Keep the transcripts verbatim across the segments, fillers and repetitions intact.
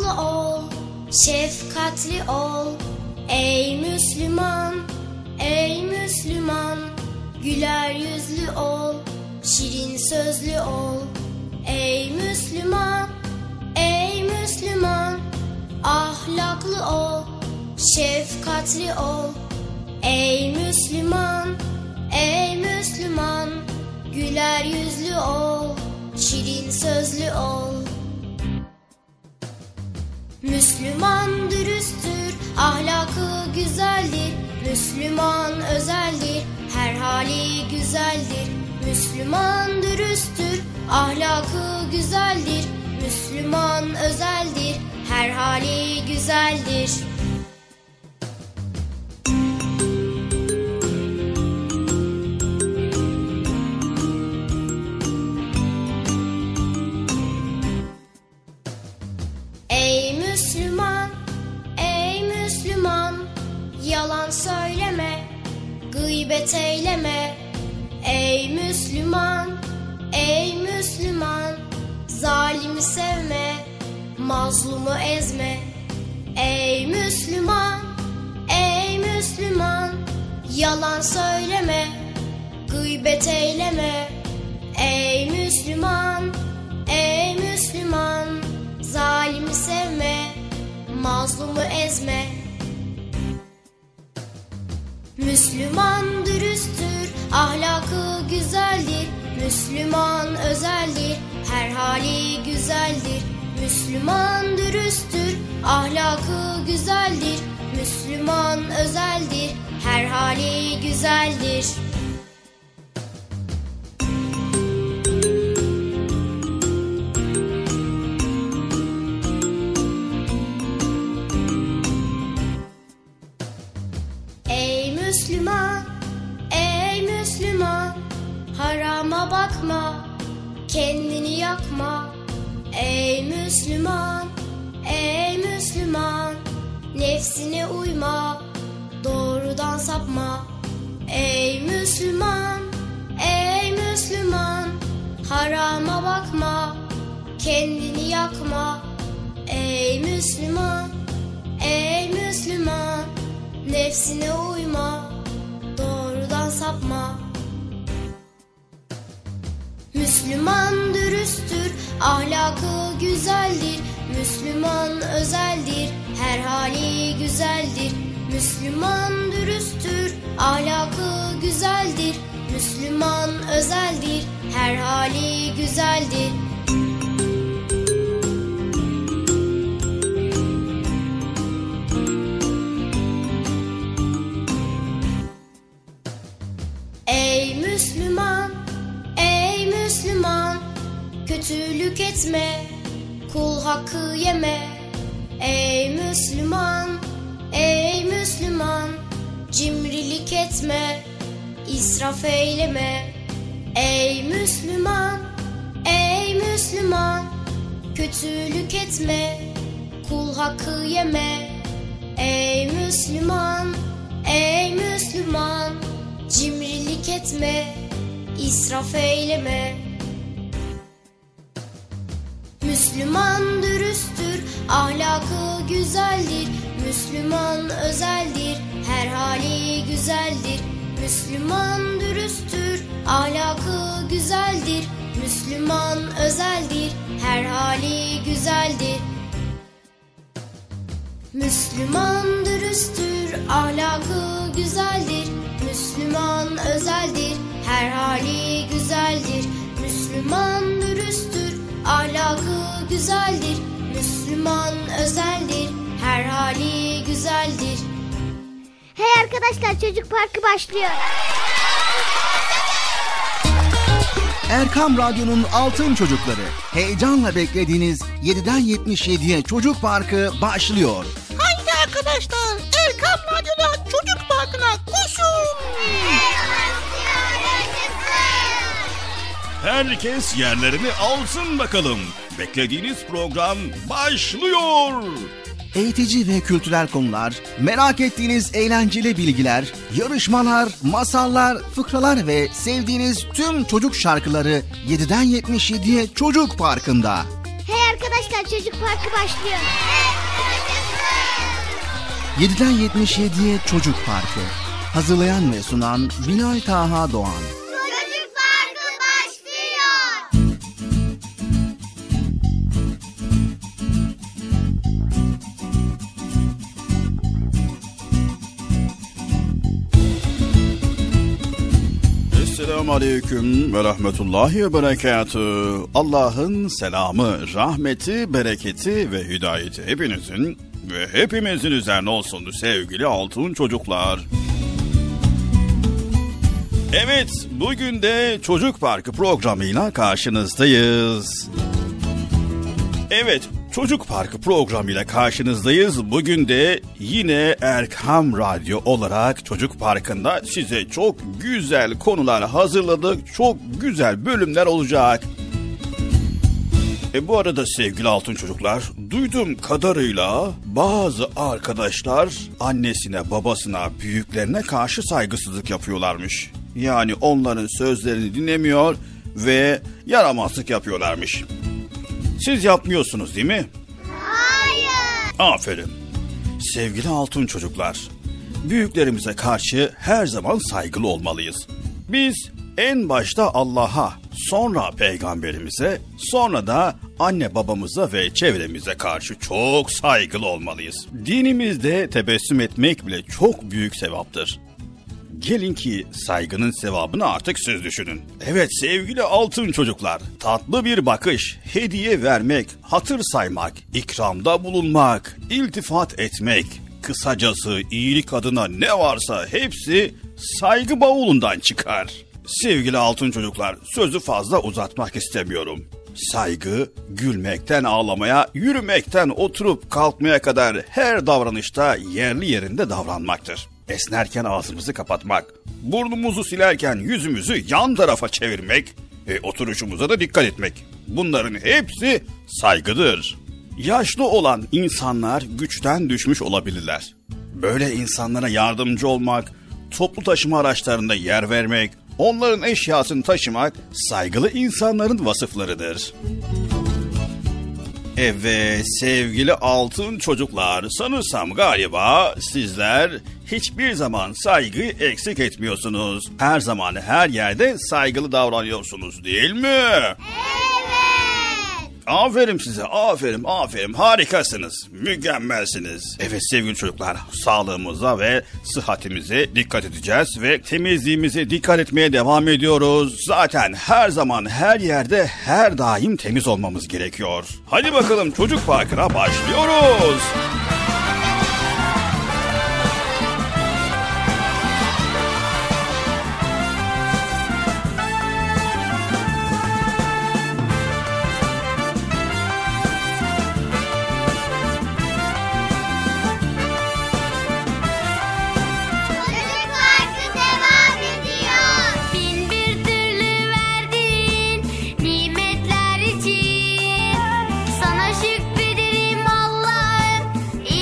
ahlaklı ol, şefkatli ol. Ey Müslüman, ey Müslüman, güler yüzlü ol, şirin sözlü ol. Ey Müslüman, ey Müslüman, ahlaklı ol, şefkatli ol. Ey Müslüman, ey Müslüman, güler yüzlü ol, şirin sözlü ol. Müslüman dürüsttür, ahlakı güzeldir. Müslüman özeldir, her hali güzeldir. Müslüman dürüsttür, ahlakı güzeldir. Müslüman özeldir, her hali güzeldir. Ey Müslüman, ey Müslüman, yalan söyleme, gıybet eyleme. Ey Müslüman, ey Müslüman, zalimi sevme, mazlumu ezme. Ey Müslüman, ey Müslüman, yalan söyleme, gıybet eyleme. Ey Müslüman, ey Müslüman, zalimi sevme, mazlumu ezme. Müslüman dürüsttür, ahlakı güzeldir. Müslüman özeldir, her hali güzeldir. Müslüman dürüsttür, ahlakı güzeldir. Müslüman özeldir, her hali güzeldir. Ey Müslüman, ey Müslüman, harama bakma, kendini yakma. Ey Müslüman, ey Müslüman, nefsine uyma, doğrudan sapma. Ey Müslüman, ey Müslüman, harama bakma, kendini yakma. Ey Müslüman, ey Müslüman, nefsine uyma, doğrudan sapma. Müslüman dürüsttür, ahlakı güzeldir. Müslüman özeldir, her hali güzeldir. Müslüman dürüsttür, ahlakı güzeldir. Müslüman özeldir, her hali güzeldir. Ey Müslüman, ey Müslüman, kötülük etme, kul hakkı yeme. Ey Müslüman, ey Müslüman, cimrilik etme, israf eyleme. Ey Müslüman, ey Müslüman, kötülük etme, kul hakkı yeme. Ey Müslüman, ey Müslüman, cimrilik etme, israf eyleme. Müslüman dürüsttür, ahlakı güzeldir. Müslüman özeldir, her hali güzeldir. Müslüman dürüsttür, ahlakı güzeldir. Müslüman özeldir, her hali güzeldir. Müslüman dürüsttür, ahlakı güzeldir. Müslüman özeldir, her hali güzeldir. Müslüman dürüsttür, ahlakı güzeldir. Müslüman özeldir, her hali güzeldir. Hey arkadaşlar, Çocuk Parkı başlıyor. Erkam Radyo'nun Altın Çocukları. Heyecanla beklediğiniz yediden yetmiş yediye Çocuk Parkı başlıyor. Haydi arkadaşlar, Erkam Radyo'da Çocuk Parkı'na koşun. Herkes yerlerini alsın bakalım. Beklediğiniz program başlıyor. Eğitici ve kültürel konular, merak ettiğiniz eğlenceli bilgiler, yarışmalar, masallar, fıkralar ve sevdiğiniz tüm çocuk şarkıları yediden yetmiş yediye Çocuk Parkı'nda. Hey arkadaşlar, Çocuk Parkı başlıyor. yediden yetmiş yediye Çocuk Parkı. Hazırlayan ve sunan Binay Taha Doğan. Çocuk Parkı başlıyor. Esselamu Aleyküm ve Rahmetullahi ve Berekatühü. Allah'ın selamı, rahmeti, bereketi ve hidayeti hepinizin ve hepimizin üzerine olsun sevgili altın çocuklar. Evet, bugün de Çocuk Parkı programıyla karşınızdayız. Evet, Çocuk Parkı programıyla karşınızdayız. Bugün de yine Erkam Radyo olarak Çocuk Parkı'nda size çok güzel konular hazırladık. Çok güzel bölümler olacak. E bu arada sevgili altın çocuklar, duyduğum kadarıyla bazı arkadaşlar annesine, babasına, büyüklerine karşı saygısızlık yapıyorlarmış. Yani onların sözlerini dinlemiyor ve yaramazlık yapıyorlarmış. Siz yapmıyorsunuz değil mi? Hayır. Aferin. Sevgili altın çocuklar, büyüklerimize karşı her zaman saygılı olmalıyız. Biz en başta Allah'a, sonra peygamberimize, sonra da anne babamıza ve çevremize karşı çok saygılı olmalıyız. Dinimizde tebessüm etmek bile çok büyük sevaptır. Gelin ki saygının sevabını artık siz düşünün. Evet sevgili altın çocuklar, tatlı bir bakış, hediye vermek, hatır saymak, ikramda bulunmak, iltifat etmek, kısacası iyilik adına ne varsa hepsi saygı bavulundan çıkar. Sevgili altın çocuklar, sözü fazla uzatmak istemiyorum. Saygı, gülmekten ağlamaya, yürümekten oturup kalkmaya kadar her davranışta yerli yerinde davranmaktır. Esnerken ağzımızı kapatmak, burnumuzu silerken yüzümüzü yan tarafa çevirmek ve oturuşumuza da dikkat etmek. Bunların hepsi saygıdır. Yaşlı olan insanlar güçten düşmüş olabilirler. Böyle insanlara yardımcı olmak, toplu taşıma araçlarında yer vermek, onların eşyasını taşımak saygılı insanların vasıflarıdır. Evet sevgili altın çocuklar, sanırsam galiba sizler hiçbir zaman saygıyı eksik etmiyorsunuz. Her zaman her yerde saygılı davranıyorsunuz değil mi? Evet. Aferin size, aferin, aferin. Harikasınız, mükemmelsiniz. Evet sevgili çocuklar, sağlığımıza ve sıhhatimize dikkat edeceğiz ve temizliğimize dikkat etmeye devam ediyoruz. Zaten her zaman, her yerde, her daim temiz olmamız gerekiyor. Hadi bakalım Çocuk Parkı'na başlıyoruz. Nimetler için sana şükrederim Allah'ım.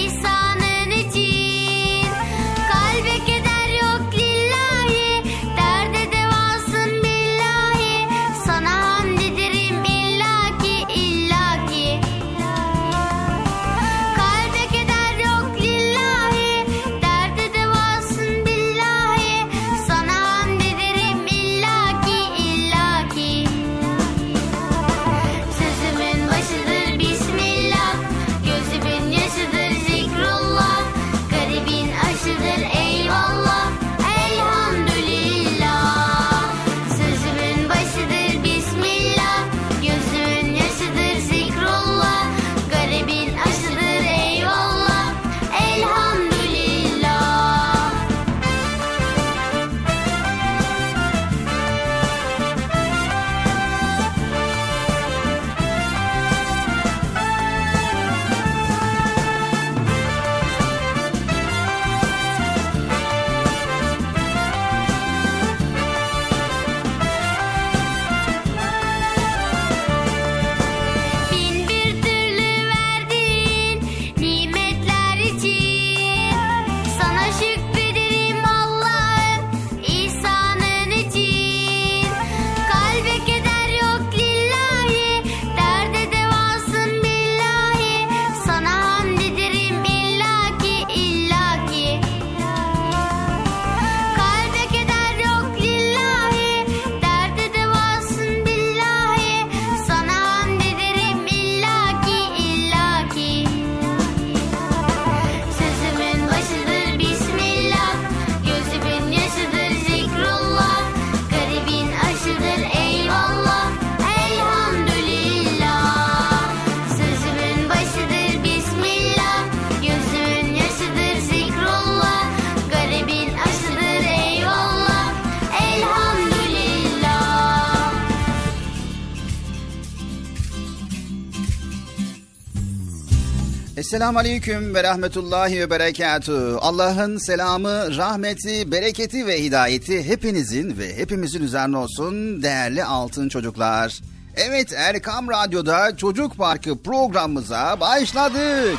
Esselamu Aleyküm ve Rahmetullahi ve Berekatuhu. Allah'ın selamı, rahmeti, bereketi ve hidayeti hepinizin ve hepimizin üzerine olsun değerli altın çocuklar. Evet, Erkam Radyo'da Çocuk Parkı programımıza başladık.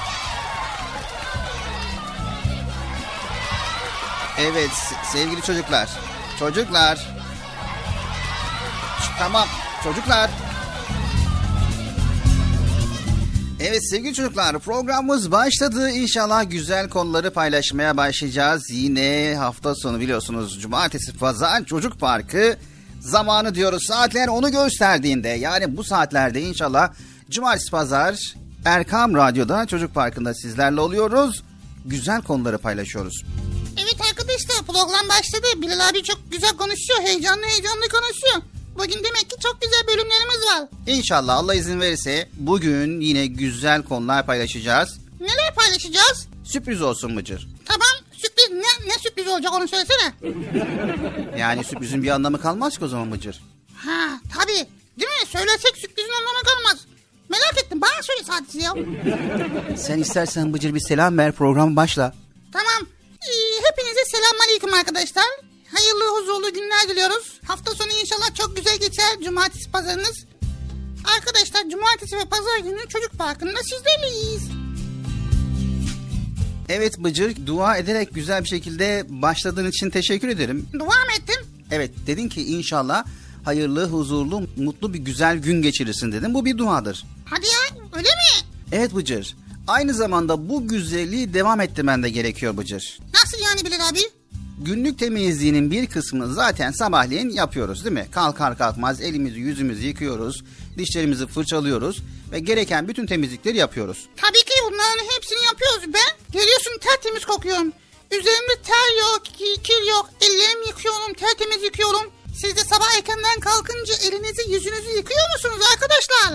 Evet sevgili çocuklar. Çocuklar. Tamam çocuklar. Evet sevgili çocuklar, programımız başladı. İnşallah güzel konuları paylaşmaya başlayacağız. Yine hafta sonu biliyorsunuz cumartesi pazar Çocuk Parkı zamanı diyoruz. Saatler onu gösterdiğinde, yani bu saatlerde inşallah cumartesi pazar Erkam Radyo'da Çocuk Parkı'nda sizlerle oluyoruz. Güzel konuları paylaşıyoruz. Evet arkadaşlar, program başladı. Bilal abi çok güzel konuşuyor. Heyecanlı heyecanlı konuşuyor. Bugün demek ki çok güzel bölümlerimiz var. İnşallah Allah izin verirse bugün yine güzel konular paylaşacağız. Neler paylaşacağız? Sürpriz olsun Bıcır. Tamam, sürpriz ne, ne sürpriz olacak onu söylesene. Yani sürprizin bir anlamı kalmaz ki o zaman Bıcır. Ha tabii, değil mi? Söylesek sürprizin anlamı kalmaz. Merak ettim, bana söyle sadece ya. Sen istersen Bıcır bir selam ver, program başla. Tamam, ee, hepinize selamünaleyküm arkadaşlar. Hayırlı huzurlu günler diliyoruz. Hafta sonu inşallah çok güzel geçer cumartesi pazarınız. Arkadaşlar cumartesi ve pazar günü Çocuk Parkı'nda sizlerleyiz. Evet Bıcır, dua ederek güzel bir şekilde başladığın için teşekkür ederim. Dua mı ettin? Evet, dedin ki inşallah hayırlı, huzurlu, mutlu bir güzel gün geçirirsin dedin. Bu bir duadır. Hadi ya, öyle mi? Evet Bıcır. Aynı zamanda bu güzelliği devam ettirmen de gerekiyor Bıcır. Nasıl yani Bilal abi? Günlük temizliğinin bir kısmını zaten sabahleyin yapıyoruz değil mi? Kalkar kalkmaz elimizi yüzümüzü yıkıyoruz, dişlerimizi fırçalıyoruz ve gereken bütün temizlikleri yapıyoruz. Tabii ki bunların hepsini yapıyoruz. Ben geliyorsun tertemiz kokuyorum. Üzerimde ter yok, kir yok, ellerimi yıkıyorum, tertemiz yıkıyorum. Siz de sabah erkenden kalkınca elinizi yüzünüzü yıkıyor musunuz arkadaşlar?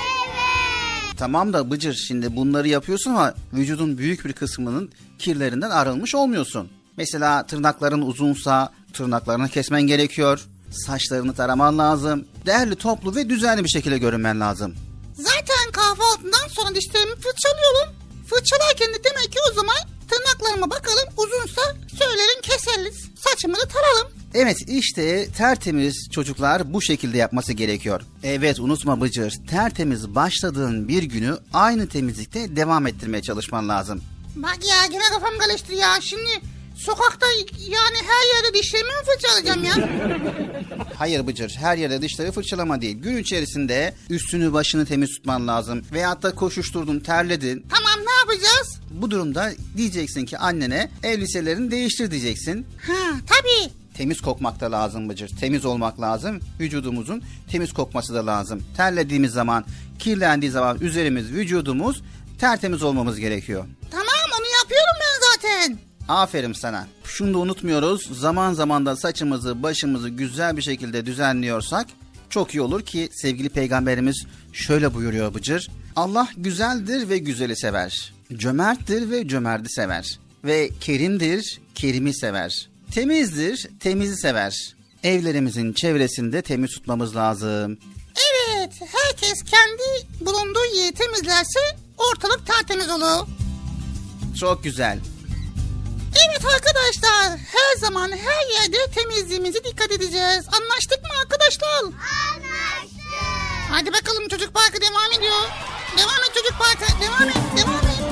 Evet. Tamam da Bıcır, şimdi bunları yapıyorsun ama vücudun büyük bir kısmının kirlerinden arınmış olmuyorsun. Mesela tırnakların uzunsa tırnaklarını kesmen gerekiyor. Saçlarını taraman lazım. Değerli, toplu ve düzenli bir şekilde görünmen lazım. Zaten kahvaltıdan sonra dişlerimi fırçalıyorum. Fırçalarken de demek ki o zaman tırnaklarıma bakalım, uzunsa söylerim keseriz. Saçımı da taralım. Evet, işte tertemiz çocuklar bu şekilde yapması gerekiyor. Evet, unutma Bıcır, tertemiz başladığın bir günü aynı temizlikte devam ettirmeye çalışman lazım. Bak ya, gene kafam karıştı ya. Şimdi sokakta yani her yerde dişlerimi mi fırçalayacağım ya? Hayır Bıcır, her yerde dişleri fırçalama değil. Gün içerisinde üstünü başını temiz tutman lazım. Veyahut da koşuşturdun, terledin. Tamam, ne yapacağız? Bu durumda diyeceksin ki annene elbiselerini değiştir diyeceksin. Ha tabii. Temiz kokmak da lazım Bıcır. Temiz olmak lazım. Vücudumuzun temiz kokması da lazım. Terlediğimiz zaman, kirlendiği zaman üzerimiz, vücudumuz tertemiz olmamız gerekiyor. Tamam, onu yapıyorum ben zaten. Aferin sana. Şunu da unutmuyoruz. Zaman zaman da saçımızı, başımızı güzel bir şekilde düzenliyorsak çok iyi olur ki sevgili peygamberimiz şöyle buyuruyor Bıcır. Allah güzeldir ve güzeli sever. Cömerttir ve cömerti sever. Ve kerimdir, kerimi sever. Temizdir, temizi sever. Evlerimizin çevresini de temiz tutmamız lazım. Evet, herkes kendi bulunduğu yeri temizlerse ortalık tertemiz olur. Çok güzel. Evet arkadaşlar, her zaman her yerde temizliğimize dikkat edeceğiz. Anlaştık mı arkadaşlar? Anlaştık. Hadi bakalım, Çocuk Parkı devam ediyor. Devam et Çocuk Parkı, devam et, devam et.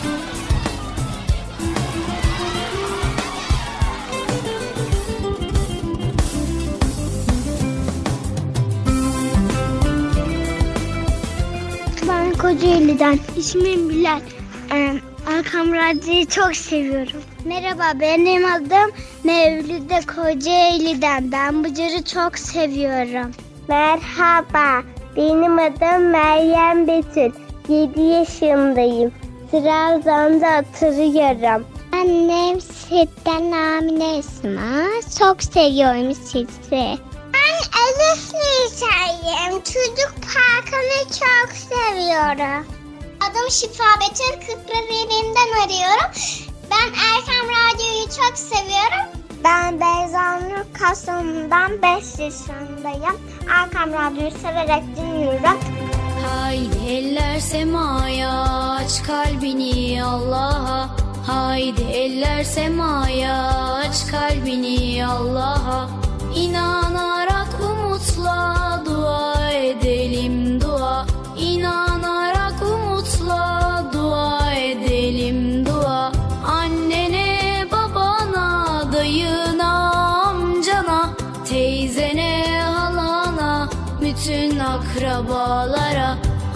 Ben Kocaeli'den. İsmim Bilal. Ee, Erkam Radyo'yu çok seviyorum. Merhaba, benim adım Mevlüde Kocaeli'den. Ben Bıcır'ı çok seviyorum. Merhaba, benim adım Meryem Betül. yedi yaşındayım. Trabzon'da oturuyorum. Annem Sitten Amine Esma. Çok seviyorum sizi. Ben Elif Nisa'yım. Çocuk Parkı'nı çok seviyorum. Adım Şifa Betül, Kırklareli'nden arıyorum. Ben Erkam Radyo'yu çok seviyorum. Ben Beyza Nur Kasım'dan beş yaşındayım. Erkam Radyo'yu severek dinliyorum. Haydi eller semaya, aç kalbini Allah'a. Haydi eller semaya, aç kalbini Allah'a. İnanarak umutla dua edelim dua. İnanarak umutla dua edelim dua. Annene, babana, dayına, amcana, teyzene, halana, bütün akrabalara.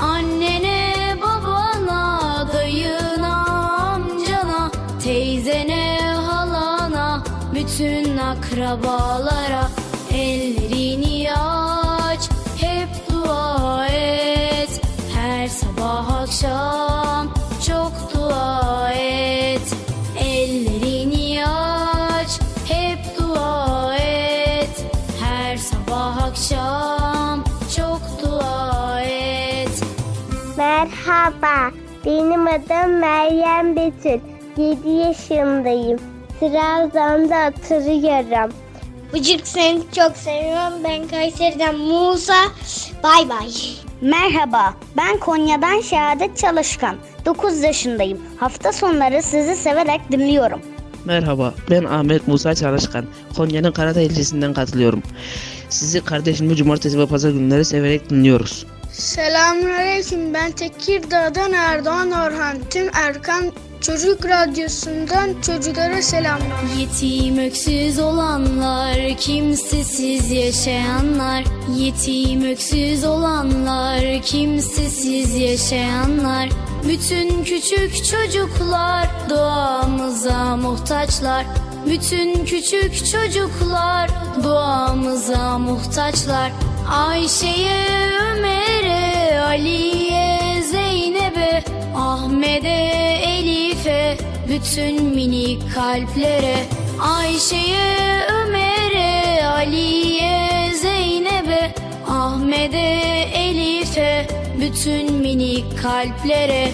Annene, babana, dayına, amcana, teyzene, halana, bütün akrabalara. Ellerini aç, hep dua et. Her sabah akşam çok dua et. Ellerini aç, hep dua et. Her sabah akşam çok dua et. Merhaba, benim adım Meryem Betül. yedi yaşındayım. Trabzon'da oturuyorum. Bıcık, seni çok seviyorum. Ben Kayseri'den Musa. Bay bay. Merhaba, ben Konya'dan Şehadet Çalışkan. dokuz yaşındayım. Hafta sonları sizi severek dinliyorum. Merhaba, ben Ahmet Musa Çalışkan. Konya'nın Karatay ilçesinden katılıyorum. Sizi kardeşimle cumartesi ve pazar günleri severek dinliyoruz. Selamünaleyküm. Ben Tekirdağ'dan Erdoğan Orhan. Tüm Erkan Çocuk Radyosu'ndan çocuklara selamlar. Yetim öksüz olanlar, kimsesiz yaşayanlar. Yetim öksüz olanlar, kimsesiz yaşayanlar. Bütün küçük çocuklar duamıza muhtaçlar. Bütün küçük çocuklar duamıza muhtaçlar. Ayşe'ye, Ömer'e, Ali'ye, Zeynep'e, Ahmet'e, Elif'e, bütün minik kalplere. Ayşe'ye, Ömer'e, Ali'ye, Zeynep'e, Ahmet'e, Elif'e, bütün minik kalplere.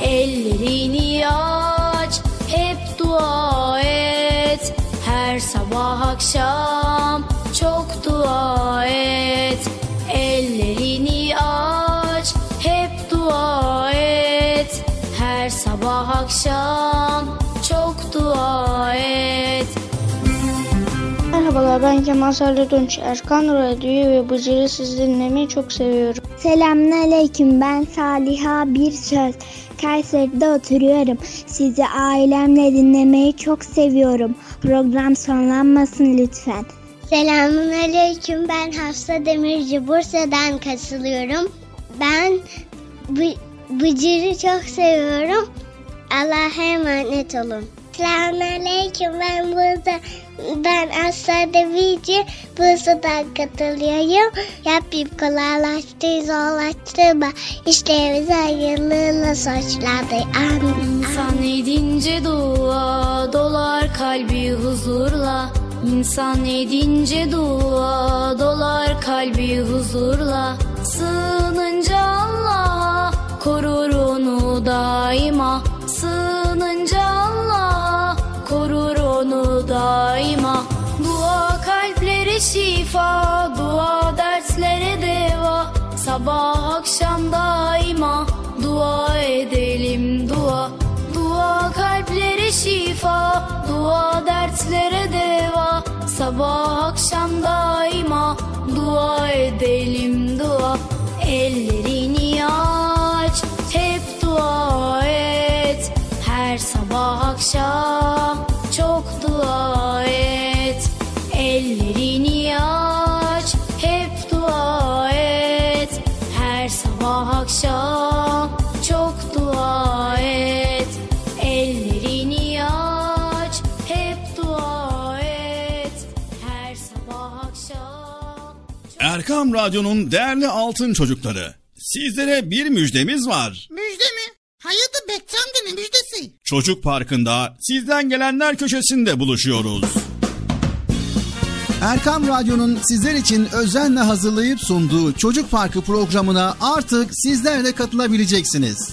Ellerini aç, hep dua et. Her sabah akşam çok dua et. Ellerini aç, hep dua et. Her sabah akşam çok dua et. Merhabalar, ben Kemal Salih Tunç. Erkan Radyo'yu ve Bıcır'ı siz dinlemeyi çok seviyorum. Selamünaleyküm, ben Saliha Birsöz. Kayseri'de oturuyorum. Sizi ailemle dinlemeyi çok seviyorum. Program sonlanmasın lütfen. Selamünaleyküm, ben Hafsa Demirci. Bursa'dan katılıyorum. Ben Bı- Bıcır'ı çok seviyorum. Allah'a emanet olun. Selamünaleyküm, ben burada ben Asla Demirci. Bursa'dan katılıyorum. Rabbim kolaylaştır, zorlaştırma. İşlerimizi hayırlığıyla sonuçladı. Amin. İnsan edince dua dolar kalbi huzurla. İnsan edince dua dolar kalbi huzurla. Sığınınca Allah'a korur onu daima. Sığınınca Allah'a korur onu daima. Dua kalplere şifa, dua derslere deva. Sabah akşam daima dua edelim dua. Dua kalplere şifa, dua dertlere deva. Sabah akşam daima dua edelim dua. Ellerini aç, hep dua et. Her sabah akşam çok dua et. Ellerini aç, hep dua et. Her sabah akşam çok dua et. Ellerini aç, hep dua et. Her sabah akşam. Erkam Radyo'nun değerli altın çocukları, sizlere bir müjdemiz var. Müjde mi? Hayırdır Bekçi amca, ne müjdesi? Çocuk Parkı'nda sizden gelenler köşesinde buluşuyoruz. Erkam Radyo'nun sizler için özenle hazırlayıp sunduğu Çocuk Parkı programına artık sizler de katılabileceksiniz.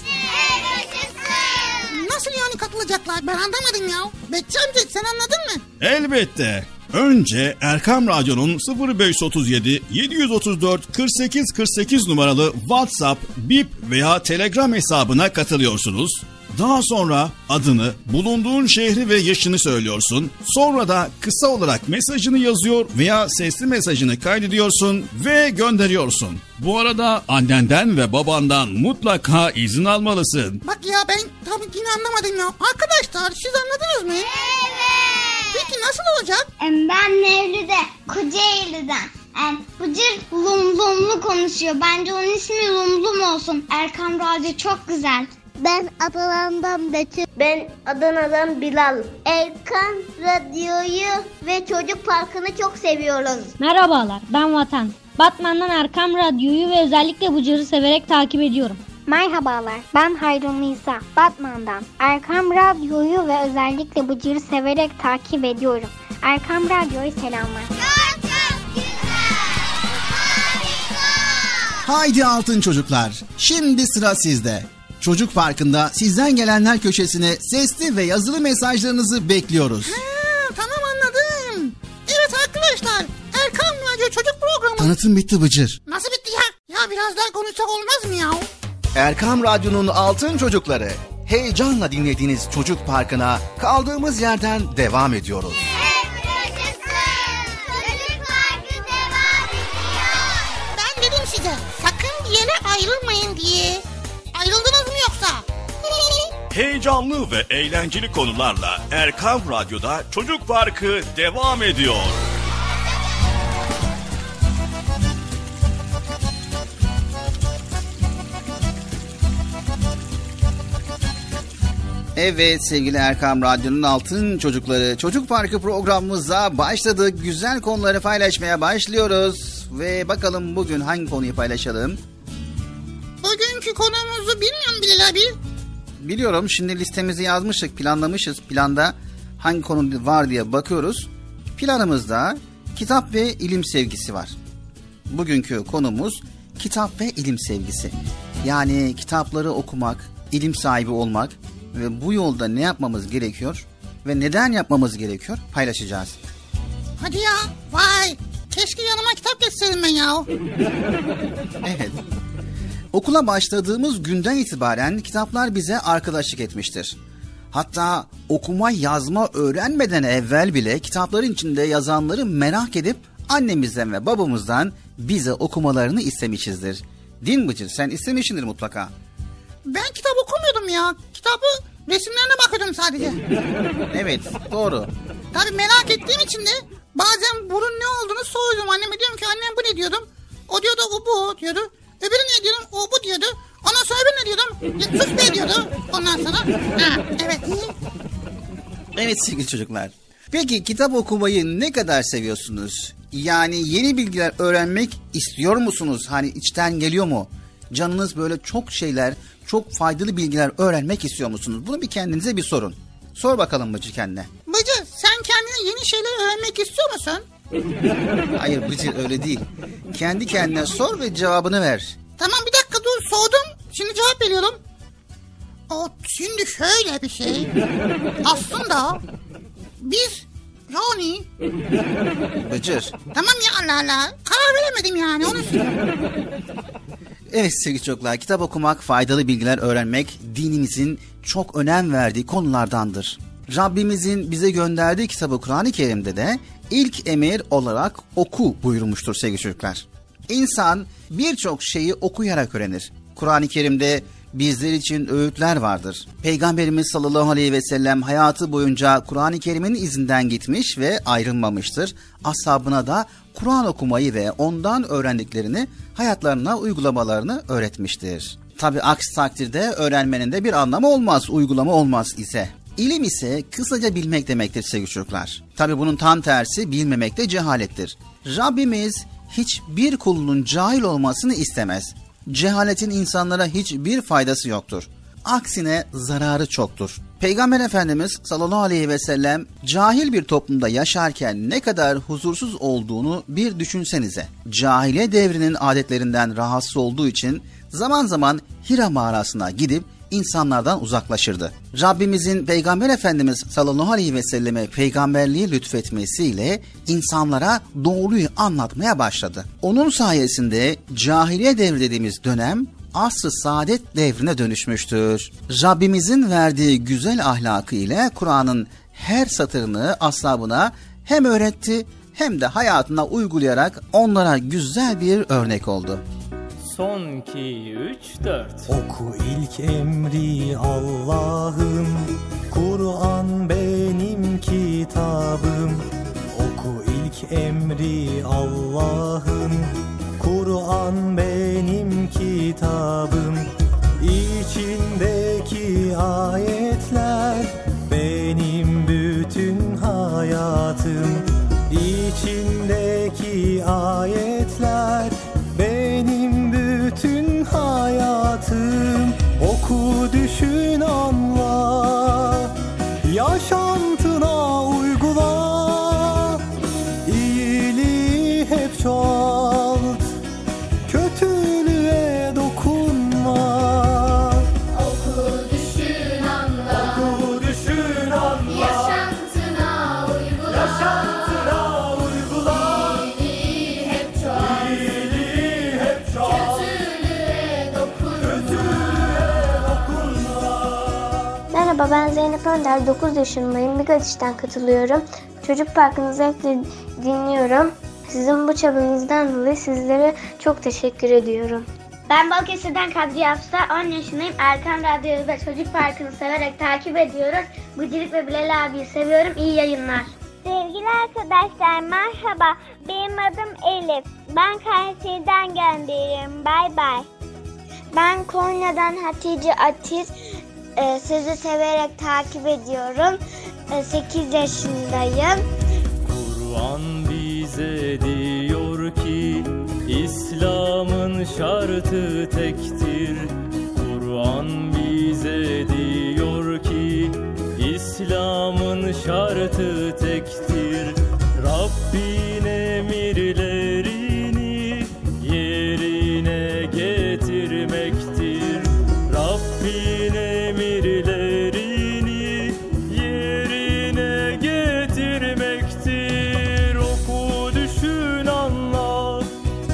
Nasıl yani katılacaklar? Ben anlamadım ya. Bekçi amca, sen anladın mı? Elbette. Önce Erkam Radyo'nun sıfır beş otuz yedi yedi otuz dört kırk sekiz kırk sekiz numaralı WhatsApp, Bip veya Telegram hesabına katılıyorsunuz. Daha sonra adını, bulunduğun şehri ve yaşını söylüyorsun. Sonra da kısa olarak mesajını yazıyor veya sesli mesajını kaydediyorsun ve gönderiyorsun. Bu arada annenden ve babandan mutlaka izin almalısın. Bak ya ben tam yine anlamadım ya. Arkadaşlar siz anladınız mı? Evet. Peki nasıl olacak? Ben Mevlüt'e Kocaeli'den. Bıcır lum lumlu konuşuyor. Bence onun ismi Lum Lum olsun. Erkam Radyo çok güzel. Ben Adana'dan Betül. Ben Adana'dan Bilal. Erkam Radyo'yu ve Çocuk Parkı'nı çok seviyoruz. Merhabalar, ben Vatan. Batman'dan Erkam Radyo'yu ve özellikle Bıcır'ı severek takip ediyorum. Merhabalar, ben Hayrun Nisa. Batman'dan Erkam Radyo'yu ve özellikle Bıcır'ı severek takip ediyorum. Erkam Radyo'yu selamlar. Çok çok güzel. Harika. Haydi altın çocuklar, şimdi sıra sizde. Çocuk Parkı'nda sizden gelenler köşesine sesli ve yazılı mesajlarınızı bekliyoruz. Ha, tamam anladım. Evet arkadaşlar, Erkam Radyo Çocuk Programı. Tanıtım bitti Bıcır. Nasıl bitti ya? Ya biraz daha konuşsak olmaz mı ya? Erkam Radyo'nun altın çocukları. Heyecanla dinlediğiniz Çocuk Parkı'na kaldığımız yerden devam ediyoruz. Çocuk Parkı devam ediyor. Ben dedim size, sakın bir yere ayrılmayın diye. Ayrıldınız mı yoksa? Heyecanlı ve eğlenceli konularla Erkam Radyo'da Çocuk Parkı devam ediyor. Evet sevgili Erkam Radyo'nun altın çocukları, Çocuk Parkı programımıza başladık. Güzel konuları paylaşmaya başlıyoruz. Ve bakalım bugün hangi konuyu paylaşalım? Bugünkü konumuzu bilmiyorum Bilal abi. Biliyorum, şimdi listemizi yazmıştık, planlamışız. Planda hangi konu var diye bakıyoruz. Planımızda kitap ve ilim sevgisi var. Bugünkü konumuz kitap ve ilim sevgisi. Yani kitapları okumak, ilim sahibi olmak ve bu yolda ne yapmamız gerekiyor ve neden yapmamız gerekiyor paylaşacağız. Hadi ya, vay. Keşke yanıma kitap getirseydim ben ya. Evet. Okula başladığımız günden itibaren kitaplar bize arkadaşlık etmiştir. Hatta okuma yazma öğrenmeden evvel bile kitapların içinde yazanları merak edip annemizden ve babamızdan bize okumalarını istemişizdir. Değil mi Bıcır? Sen istemişsindir mutlaka. Ben kitap okumuyordum ya. Kitabı resimlerine bakıyordum sadece. Evet, doğru. Tabii merak ettiğim için de bazen bunun ne olduğunu soruyordum. Anneme diyorum ki annem bu ne diyordum. O diyordu o bu diyordu. Öbürü ne diyordum? O bu diyordu. Ondan sonra öbürü ne diyordum? Ya, sus be diyordu. Ondan sonra ha, evet. Evet sevgili çocuklar. Peki kitap okumayı ne kadar seviyorsunuz? Yani yeni bilgiler öğrenmek istiyor musunuz? Hani içten geliyor mu? Canınız böyle çok şeyler, çok faydalı bilgiler öğrenmek istiyor musunuz? Bunu bir kendinize bir sorun. Sor bakalım Bıcır kendine. Bıcır sen kendine yeni şeyler öğrenmek istiyor musun? Hayır Bıcır öyle değil. Kendi kendine sor ve cevabını ver. Tamam bir dakika dur sordum. Şimdi cevap veriyorum. O şimdi şöyle bir şey. Aslında biz yani... Bıcır. Tamam ya Allah Allah. Karar veremedim yani onu söyleyeyim. Evet sevgili çocuklar, kitap okumak, faydalı bilgiler öğrenmek dinimizin çok önem verdiği konulardandır. Rabbimizin bize gönderdiği kitabı Kur'an-ı Kerim'de de ilk emir olarak oku buyurmuştur sevgili çocuklar. İnsan birçok şeyi okuyarak öğrenir. Kur'an-ı Kerim'de bizler için öğütler vardır. Peygamberimiz sallallahu aleyhi ve sellem hayatı boyunca Kur'an-ı Kerim'in izinden gitmiş ve ayrılmamıştır. Ashabına da Kur'an okumayı ve ondan öğrendiklerini hayatlarına uygulamalarını öğretmiştir. Tabi aksi takdirde öğrenmenin de bir anlamı olmaz, uygulama olmaz ise. İlim ise kısaca bilmek demektir sevgili çocuklar. Tabi bunun tam tersi bilmemek de cehalettir. Rabbimiz hiçbir kulunun cahil olmasını istemez. Cehaletin insanlara hiçbir faydası yoktur. Aksine zararı çoktur. Peygamber Efendimiz sallallahu aleyhi ve sellem cahil bir toplumda yaşarken ne kadar huzursuz olduğunu bir düşünsenize. Cahiliye devrinin adetlerinden rahatsız olduğu için zaman zaman Hira mağarasına gidip insanlardan uzaklaşırdı. Rabbimizin Peygamber Efendimiz sallallahu aleyhi ve selleme peygamberliği lütfetmesiyle insanlara doğruyu anlatmaya başladı. Onun sayesinde cahiliye devri dediğimiz dönem asr-ı saadet devrine dönüşmüştür. Rabbimizin verdiği güzel ahlakı ile Kur'an'ın her satırını ashabına hem öğretti hem de hayatına uygulayarak onlara güzel bir örnek oldu. Son iki, üç, dört. Oku ilk emri Allah'ım, Kur'an benim kitabım. Oku ilk emri Allah'ım, Kur'an benim kitabım. İçindeki ayetler benim bütün hayatım. İçindeki ayetler benim bütün hayatım. Oku, düşün, anla, yaşantına uygula. İyiliği hep çoğalt, kötülüğe dokunma. Oku, düşün, anla. Oku, düşün, anla, Yaşantına uygula. yaşantına uygula. İyiliği hep çoğalt. İyiliği hep çoğalt, Kötülüğe dokunma. kötülüğe dokunma. Merhaba, ben Zeynep Önder, dokuz yaşındayım. Bigadiş'ten katılıyorum. Çocuk Parkı'nı zevkle dinliyorum. Sizin bu çabanızdan dolayı sizlere çok teşekkür ediyorum. Ben Balıkesir'den Kadriye Hafsa, on yaşındayım. Erkan Radyo'yu ve Çocuk Parkı'nı severek takip ediyoruz. Bıcırık ve Bilal abiyi seviyorum. İyi yayınlar. Sevgili arkadaşlar, merhaba. Benim adım Elif. Ben Kayseri'den gönderiyorum. Bay bay. Ben Konya'dan Hatice Atiz. Ee, sizi severek takip ediyorum. Ee, sekiz yaşındayım. Kur'an bize diyor ki İslam'ın şartı tektir. Kur'an bize diyor ki İslam'ın şartı tektir. Rabbin emirlerini yerine getirmektir. Rabbin emirlerini yerine getirmektir. Oku, düşün, anla,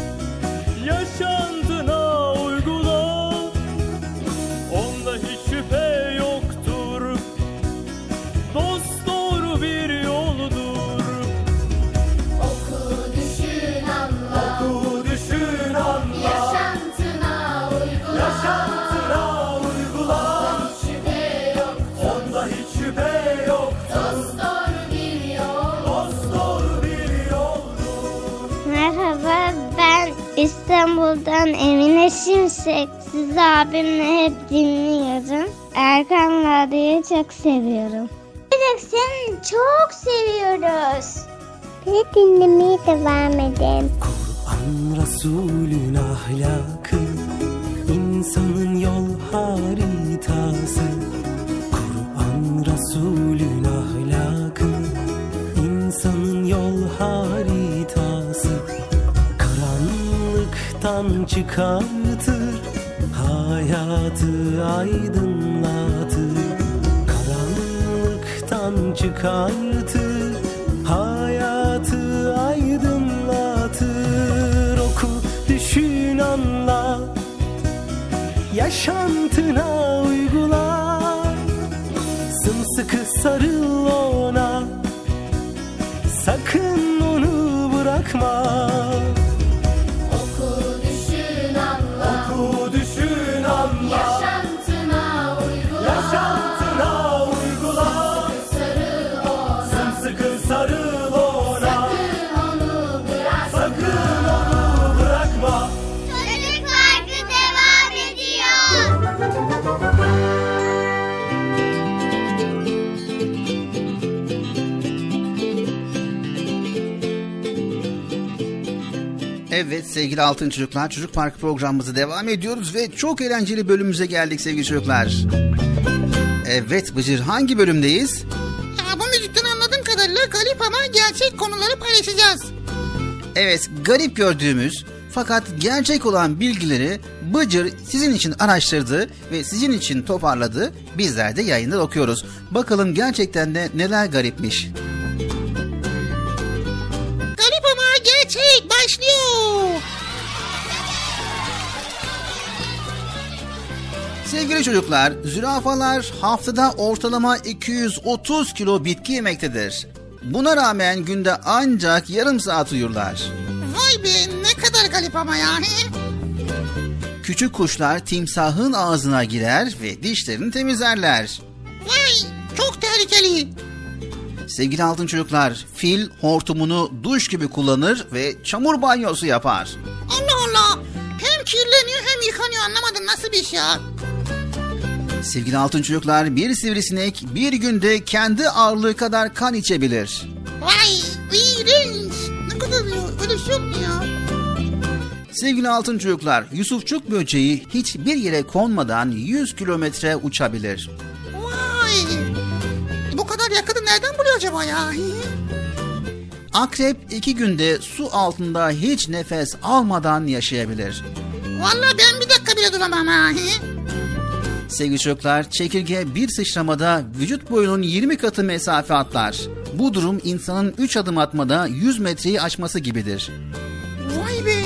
yaşantına uygula. Onda hiç şüphe yoktur, dost doğru bir yoldur. Oku, düşün, anla. Oku, düşün, anla, Yaşantına uygula. yaşantına uygula. Şüphe yok. Onda hiç şüphe yoktur, Dost doğru bir yol. dost doğru bir yoldur. Merhaba, ben İstanbul'dan Emine Şimşek. Sizi abimle hep dinliyorum. Erkan Radyo'yu çok seviyorum. Evet, seni çok seviyoruz. Bizi dinlemeye devam edin. Kur'an Resulün ahlakı, insanın yol haritası. Kur'an Resulün ahlakı, insanın yol haritası. Karanlıktan çıkartır, hayatı aydınlatır. Karanlıktan çıkartır, hayatı aydınlatır. Oku, düşün, anla, yaşantına uygula. Sımsıkı sarıl ona, sakın onu bırakma. Oku, düşün, anla. Oku, düşün, anla, Yaşantına uygula. yaşantına uygula. Sarıl ona. Sımsıkı sarıl ona, Sakın onu bırakma. sakın onu bırakma. Çocuk Parkı devam ediyor. Evet sevgili altın çocuklar, Çocuk Parkı programımızı devam ediyoruz ve çok eğlenceli bölümümüze geldik sevgili çocuklar. Evet Bıcır, hangi bölümdeyiz? Ya, bu müzikten anladığım kadarıyla garip ama gerçek konuları paylaşacağız. Evet, garip gördüğümüz, Fakat gerçek olan bilgileri Bıcır sizin için araştırdı ve sizin için toparladı. Bizler de yayında okuyoruz. Bakalım gerçekten de neler garipmiş. Garip ama gerçek başlıyor. Sevgili çocuklar, zürafalar haftada ortalama iki yüz otuz kilo bitki yemektedir. Buna rağmen günde ancak yarım saat uyurlar. Vay be, ne kadar garip ama yani. Küçük kuşlar timsahın ağzına girer ve dişlerini temizlerler. Vay, çok tehlikeli. Sevgili altın çocuklar, fil hortumunu duş gibi kullanır ve çamur banyosu yapar. Allah Allah, hem kirleniyor hem yıkanıyor, anlamadım nasıl bir şey ya. Sevgili altın çocuklar, bir sivrisinek bir günde kendi ağırlığı kadar kan içebilir. Vay, iğrenç. Ne kadar öyle şey yok mu ya? Sevgili altın çocuklar, Yusufçuk böceği hiçbir yere konmadan yüz kilometre uçabilir. Vay, bu kadar yakını nereden buluyor acaba ya? Akrep iki günde su altında hiç nefes almadan yaşayabilir. Vallahi ben bir dakika bile duramam ha. Sevgili çocuklar, çekirge bir sıçramada vücut boyunun yirmi katı mesafe atlar. Bu durum insanın üç adım atmada yüz metreyi aşması gibidir. Vay be.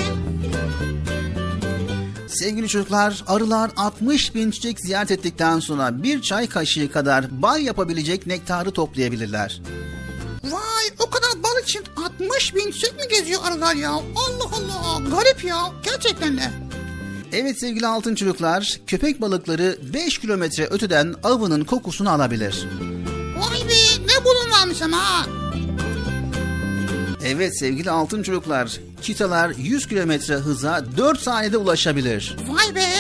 Sevgili çocuklar, arılar altmış bin çiçek ziyaret ettikten sonra bir çay kaşığı kadar bal yapabilecek nektarı toplayabilirler. Vay, o kadar bal için altmış bin çiçek mi geziyor arılar ya? Allah Allah, garip ya, gerçekten de. Evet sevgili altın çocuklar, köpek balıkları beş kilometre öteden avının kokusunu alabilir. Vay be, ne bulun varmış ama ha. Evet sevgili altın çocuklar, çitalar yüz kilometre hıza dört saniyede ulaşabilir. Vay be.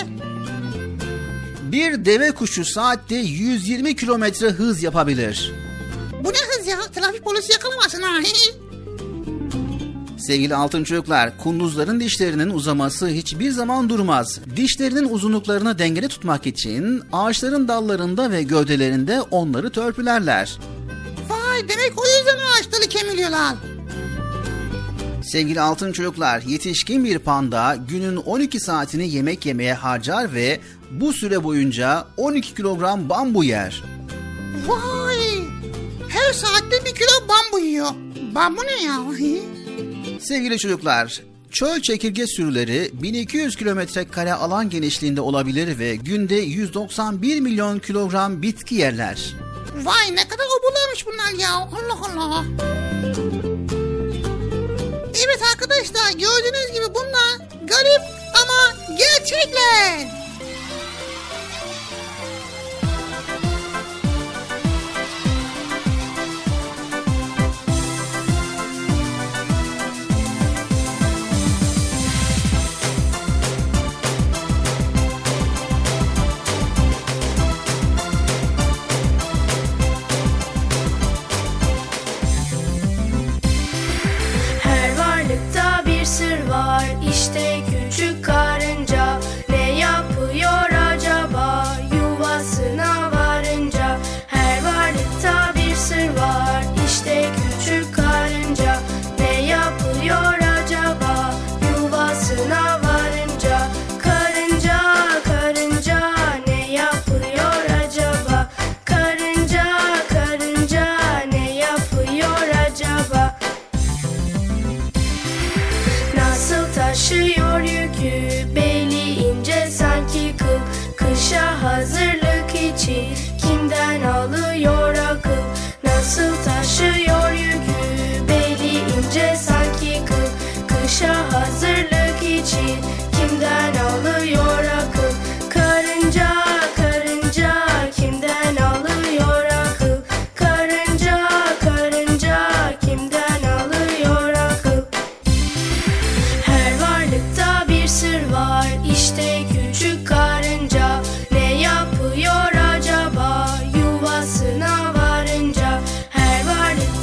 Bir deve kuşu saatte yüz yirmi kilometre hız yapabilir. Bu ne hız ya? Trafik polisi yakalamasın ha. Sevgili altın çocuklar, kunduzların dişlerinin uzaması hiçbir zaman durmaz. Dişlerinin uzunluklarını dengede tutmak için ağaçların dallarında ve gövdelerinde onları törpülerler. Vay, demek o yüzden ağaçları kemiriyorlar. Sevgili altın çocuklar, yetişkin bir panda günün on iki saatini yemek yemeye harcar ve bu süre boyunca on iki kilogram bambu yer. Vay, her saatte bir kilo bambu yiyor. Bambu ne ya? Sevgili çocuklar, çöl çekirge sürüleri bin iki yüz kilometre kare alan genişliğinde olabilir ve günde yüz doksan bir milyon kilogram bitki yerler. Vay, ne kadar obularmış bunlar ya. Allah Allah. Evet arkadaşlar, gördüğünüz gibi bunlar garip ama gerçekler. Sır var işte küçük karınca, ne yapıyor acaba yuvasına varınca? Her varlıkta bir sır var işte küçük karınca, ne yapıyor acaba yuvasına varınca? Karınca karınca ne yapıyor acaba? Karınca karınca ne yapıyor acaba? Nasıl taşıyor yükü, beli ince sanki kıl. Kışa hazırlık için kimden alıyor akıl? Nasıl taşıyor yükü, beli ince sanki kıl. Kışa hazırlık için kimden alıyor akıl? Karınca karınca kimden alıyor akıl? Karınca karınca kimden alıyor akıl? Her varlıkta bir sır var işte küçük karınca, ne yapıyor acaba yuvasına varınca? Her varlıkta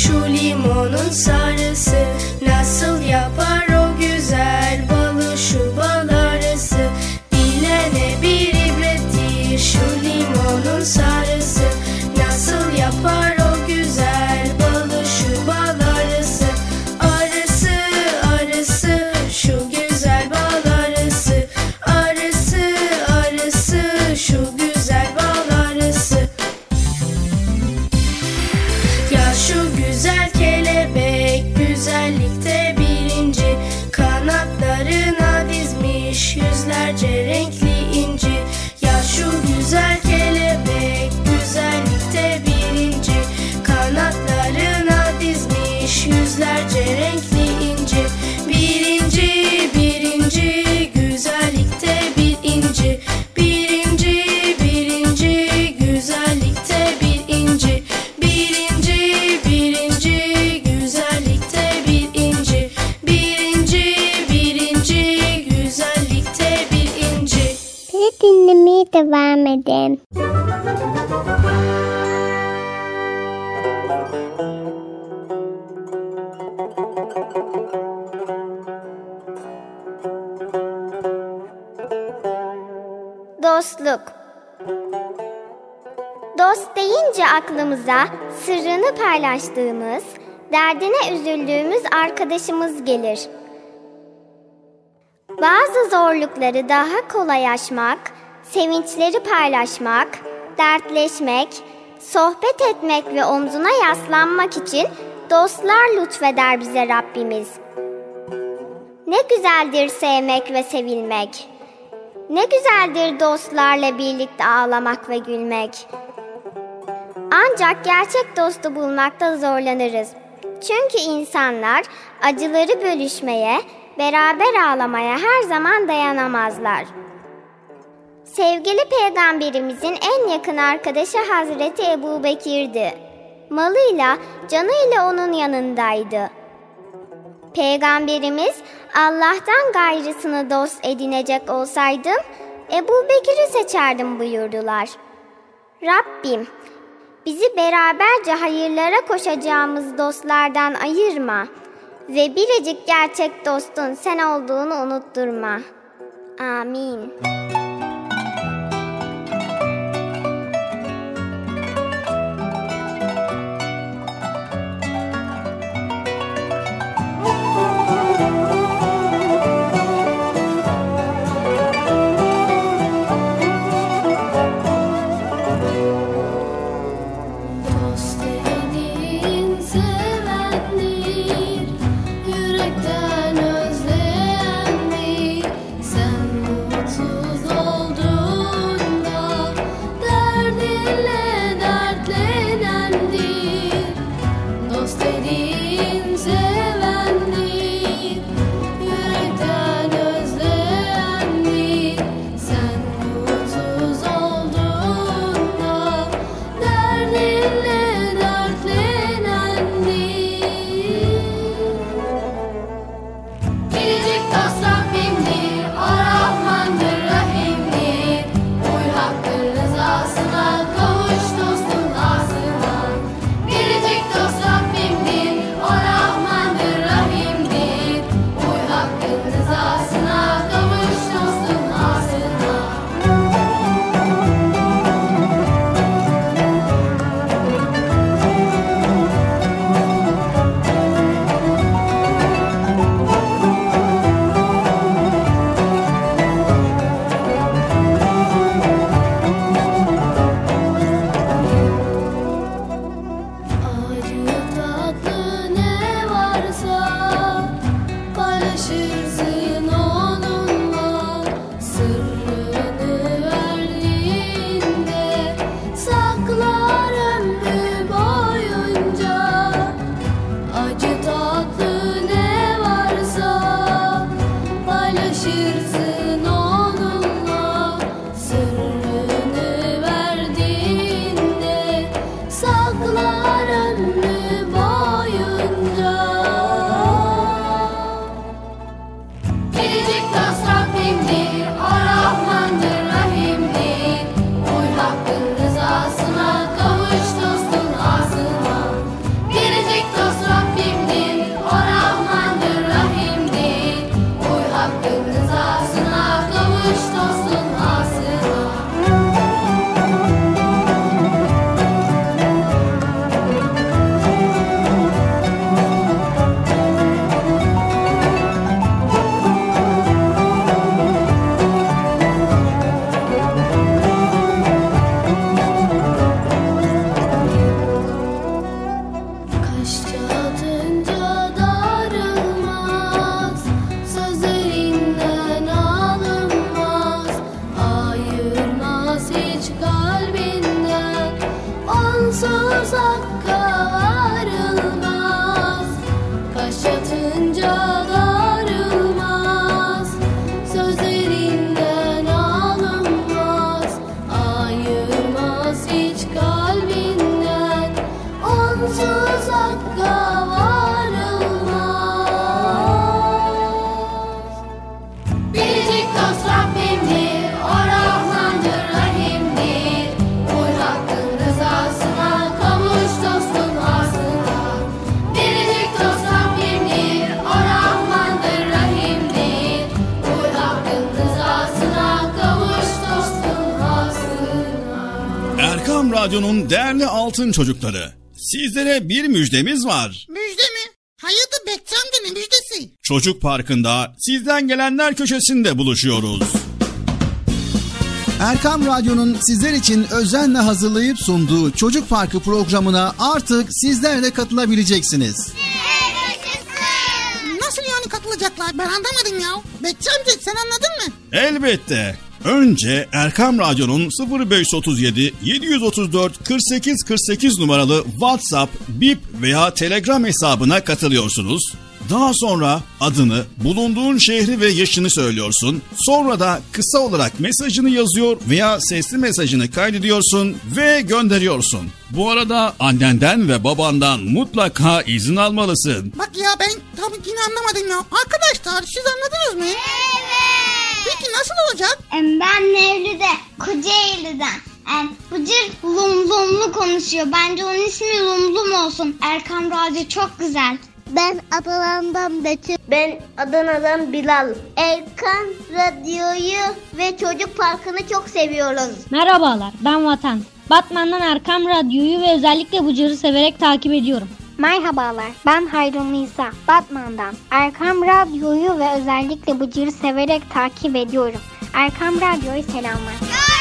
Şu limonun sarısı nasıl yapar o güzel balı, şu bal arısı bilene bir ibrettir. Şu limonun sarısı nasıl yapar o güzel balı, şu bal arısı. Arısı arısı şu güzel bal arısı, arısı arısı şu güzel bal arısı. Ya şu güzel kelebek güzellikte birinci, kanatlarına dizmiş yüzlerce renkli inci. Ya şu güzel kelebek güzellikte birinci, kanatlarına dizmiş yüzlerce renkli inci. Birinci, birinci, güzellikte bir inci. Birinci, birinci, güzellikte bir inci. Birinci, birinci, güzellikte bir inci. Birinci, birinci, güzellikte bir inci. Bizi dinlemeye devam edin. Dostluk. Dost deyince aklımıza sırrını paylaştığımız, derdine üzüldüğümüz arkadaşımız gelir. Bazı zorlukları daha kolay aşmak, sevinçleri paylaşmak, dertleşmek, sohbet etmek ve omzuna yaslanmak için dostlar lütfeder bize Rabbimiz. Ne güzeldir sevmek ve sevilmek. Ne güzeldir dostlarla birlikte ağlamak ve gülmek. Ancak gerçek dostu bulmakta zorlanırız. Çünkü insanlar acıları bölüşmeye, beraber ağlamaya her zaman dayanamazlar. Sevgili Peygamberimizin en yakın arkadaşı Hazreti Ebu Bekir'di. Malıyla, canıyla onun yanındaydı. Peygamberimiz, Allah'tan gayrısını dost edinecek olsaydım, Ebu Bekir'i seçerdim buyurdular. Rabbim, bizi beraberce hayırlara koşacağımız dostlardan ayırma ve biricik gerçek dostun sen olduğunu unutturma. Amin. Dost edin sevendir, yürekten özleyendir. Sen mutsuz Erkam Radyo'nun değerli altın çocukları, sizlere bir müjdemiz var. Müjde mi? Hayırdır Bekçi amca, ne müjdesi? Çocuk Parkı'nda sizden gelenler köşesinde buluşuyoruz. Erkam Radyo'nun sizler için özenle hazırlayıp sunduğu Çocuk Parkı programına artık sizler de katılabileceksiniz. Nasıl yani katılacaklar? Ben anlamadım ya. Bekçi amca, sen anladın mı? Elbette. Önce Erkam Radyo'nun sıfır beş otuz yedi yedi otuz dört kırk sekiz kırk sekiz numaralı WhatsApp, Bip veya Telegram hesabına katılıyorsunuz. Daha sonra adını, bulunduğun şehri ve yaşını söylüyorsun. Sonra da kısa olarak mesajını yazıyor veya sesli mesajını kaydediyorsun ve gönderiyorsun. Bu arada annenden ve babandan mutlaka izin almalısın. Bak ya, ben tabii yine anlamadım ya. Arkadaşlar, siz anladınız mı? Evet. Peki nasıl olacak? Ben Mevlüt'e Kocaeli'den. Yani Bıcır lumlumlu konuşuyor. Bence onun ismi Lumlum olsun. Erkam Radyo çok güzel. Ben Adana'dan Betül. Ben Adana'dan Bilal. Erkam Radyo'yu ve Çocuk Parkı'nı çok seviyoruz. Merhabalar, ben Vatan. Batman'dan Erkam Radyo'yu ve özellikle Bıcır'ı severek takip ediyorum. Merhabalar, ben Hayrun Nisa, Batman'dan. Erkam Radyo'yu ve özellikle Bıcır'ı severek takip ediyorum. Erkam Radyo'ya selamlar.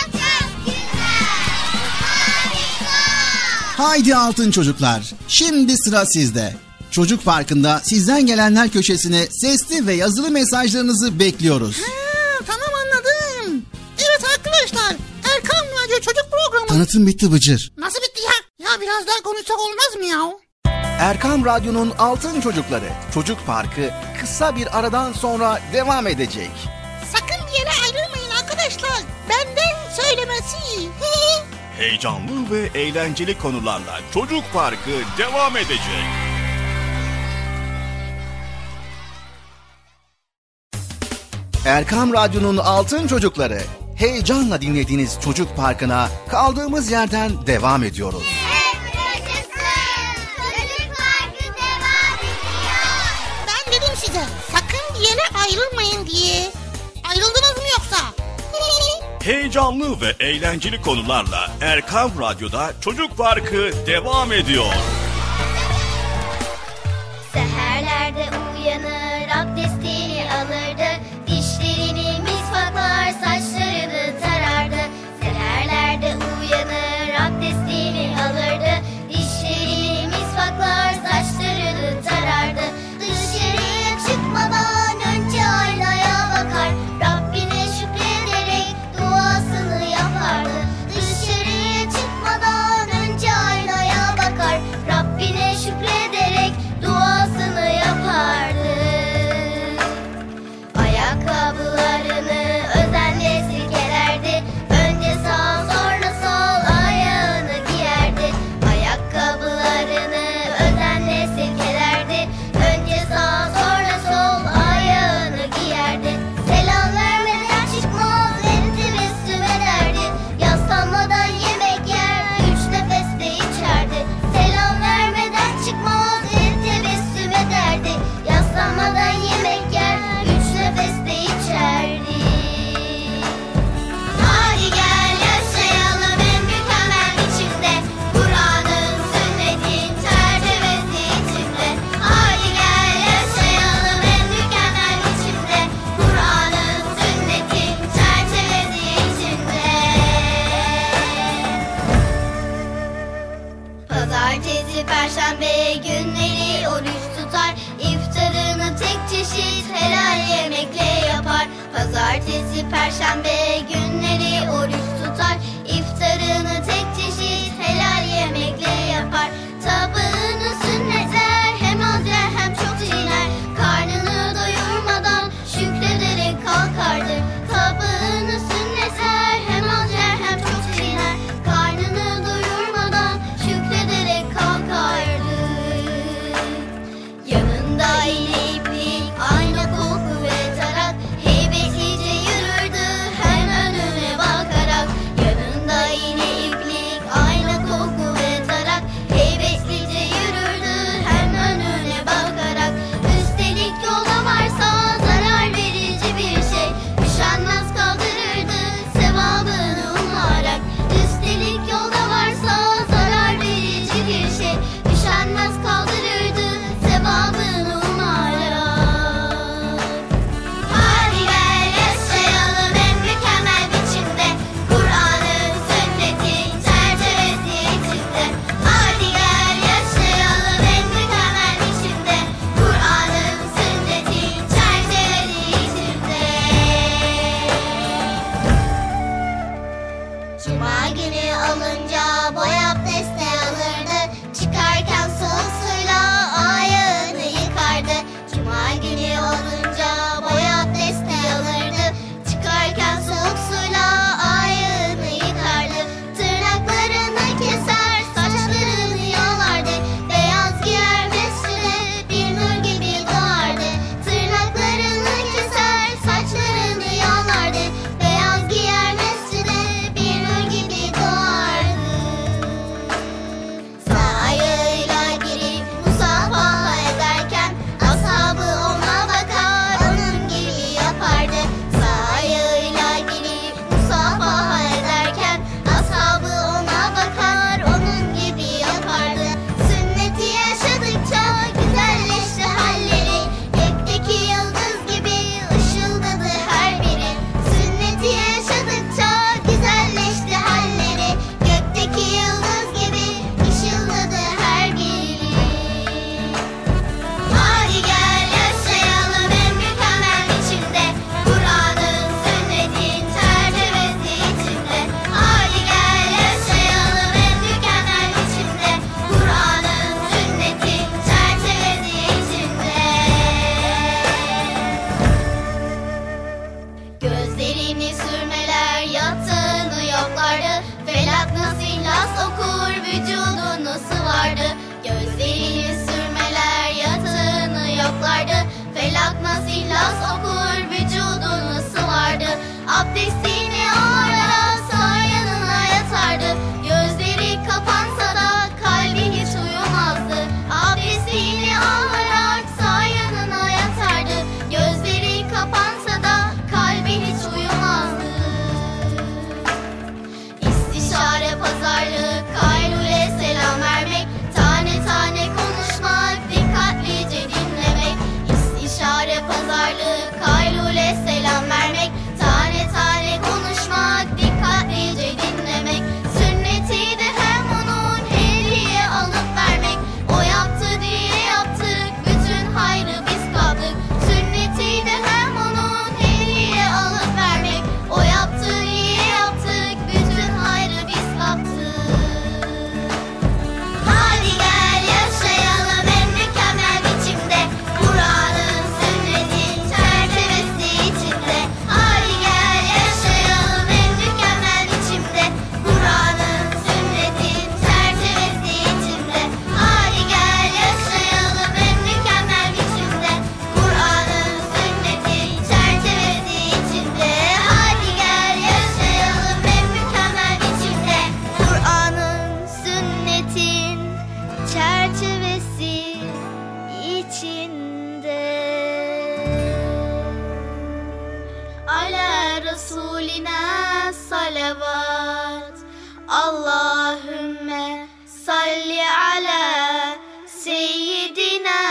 Haydi altın çocuklar, şimdi sıra sizde. Çocuk Parkı'nda sizden gelenler köşesine sesli ve yazılı mesajlarınızı bekliyoruz. Ha, tamam, anladım. Evet arkadaşlar, Erkam Radyo Çocuk Programı. Tanıtım bitti Bıcır. Nasıl bitti ya? Ya biraz daha konuşsak olmaz mı ya? Erkam Radyo'nun altın çocukları Çocuk Parkı kısa bir aradan sonra devam edecek. Sakın bir yere ayrılmayın arkadaşlar. Benden söylemesi. Heyecanlı ve eğlenceli konularla Çocuk Parkı devam edecek. Erkam Radyo'nun altın çocukları, heyecanla dinlediğiniz Çocuk Parkı'na kaldığımız yerden devam ediyoruz. Ben dedim size, sakın bir yere ayrılmayın diye. Ayrıldınız mı yoksa? Heyecanlı ve eğlenceli konularla Erkam Radyo'da Çocuk Parkı devam ediyor. Seherlerde uyanır, abdestini alırdı, dişlerini misvaklar, saçlarını tarardı. Seherlerde uyanır, abdestini alırdı, dişlerini misvaklar, saçlarını tarardı. Dışarıya çıkmadan önce aynaya bakar, Rabbine şükrederek duasını yapardı. Dışarıya çıkmadan önce aynaya bakar, Rabbine şükrederek duasını yapardı. Ayakkabılarını özenle silkelerdi, önce sağ sonra sol ayağını giyerdi. Ayakkabılarını özenle silkelerdi, önce sağ sonra sol ayağını giyerdi. Selam vermeden çıkmaz, eli tebessüm ederdi, yaslanmadan yemek yer, üç nefeste içerdi. Selam vermeden çıkmaz, eli tebessüm ederdi, yaslanmadan yemek yer, üç nefeste içerdi. Hadi gel yaşayalım en mükemmel biçimde, Kur'an'ın sünnetin çerçevesi içinde. Hadi gel yaşayalım en mükemmel biçimde, Kur'an'ın sünnetin çerçevesi içinde. Pazartesi, perşembe günleri oruç tutar, iftarını tek çeşit helal yemekle yapar. Pazartesi, perşembe günleri oruç tutar, iftarını tek çeşit helal yemekle yapar. Tabağını sünnetler, hem az yer hem çok çiğner, karnını doyurmadan şükrederek kalkardı. Tabağını sünnetler, hem az yer hem çok çiğner, karnını doyurmadan şükrederek kalkardı. Yanında iğne iplik, ayna koku ve tarak, heybetlice yürürdü hem önüne bakarak. salavat. Allahümme salli ala seyyidina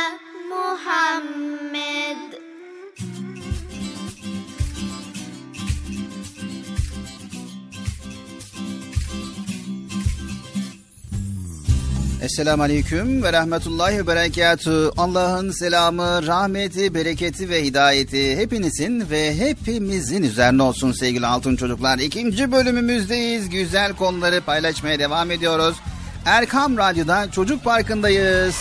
Muhammed. Esselamu Aleyküm ve Rahmetullahi ve Berekatuhu. Allah'ın selamı, rahmeti, bereketi ve hidayeti hepinizin ve hepimizin üzerine olsun sevgili altın çocuklar. İkinci bölümümüzdeyiz. Güzel konuları paylaşmaya devam ediyoruz. Erkam Radyo'da Çocuk Parkı'ndayız.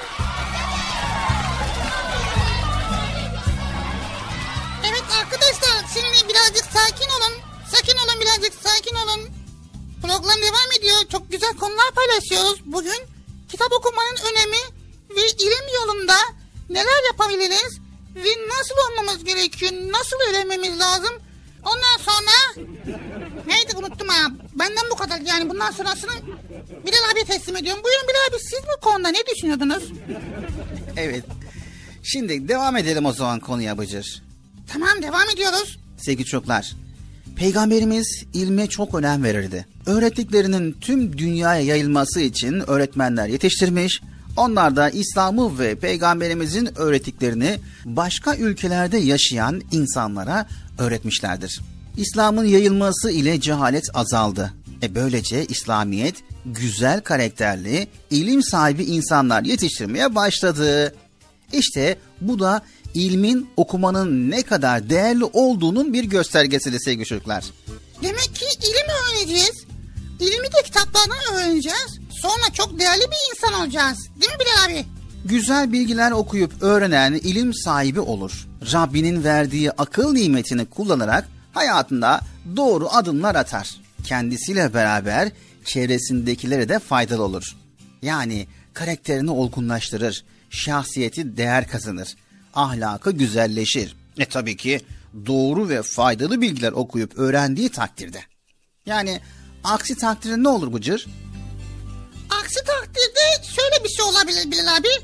Evet arkadaşlar, şimdi birazcık sakin olun. Sakin olun, birazcık sakin olun. Program devam ediyor. Çok güzel konular paylaşıyoruz. Bugün kitap okumanın önemi ve ilim yolunda neler yapabiliriz ve nasıl olmamız gerekiyor, nasıl öğrenmemiz lazım. Ondan sonra neydi unuttum ha. Benden bu kadar, yani bundan sonrasını Bilal abiye teslim ediyorum. Buyurun Bilal abi, siz bu konuda ne düşünüyordunuz? Evet. Şimdi devam edelim o zaman konuya Bıcır. Tamam, devam ediyoruz. Sevgili çocuklar, Peygamberimiz ilme çok önem verirdi. Öğrettiklerinin tüm dünyaya yayılması için öğretmenler yetiştirmiş, onlar da İslam'ı ve Peygamberimizin öğrettiklerini başka ülkelerde yaşayan insanlara öğretmişlerdir. İslam'ın yayılması ile cehalet azaldı. E böylece İslamiyet güzel karakterli, ilim sahibi insanlar yetiştirmeye başladı. İşte bu da ilmin, okumanın ne kadar değerli olduğunun bir göstergesidir sevgili çocuklar. Demek ki ilim öğreneceğiz. İlmi de kitaplardan öğreneceğiz. Sonra çok değerli bir insan olacağız. Değil mi Bilal abi? Güzel bilgiler okuyup öğrenen ilim sahibi olur. Rabbinin verdiği akıl nimetini kullanarak hayatında doğru adımlar atar. Kendisiyle beraber çevresindekilere de faydalı olur. Yani karakterini olgunlaştırır, şahsiyeti değer kazanır, ahlakı güzelleşir. E tabii ki doğru ve faydalı bilgiler okuyup öğrendiği takdirde. Yani aksi takdirde ne olur Bıcır? Aksi takdirde şöyle bir şey olabilir Bilal abi.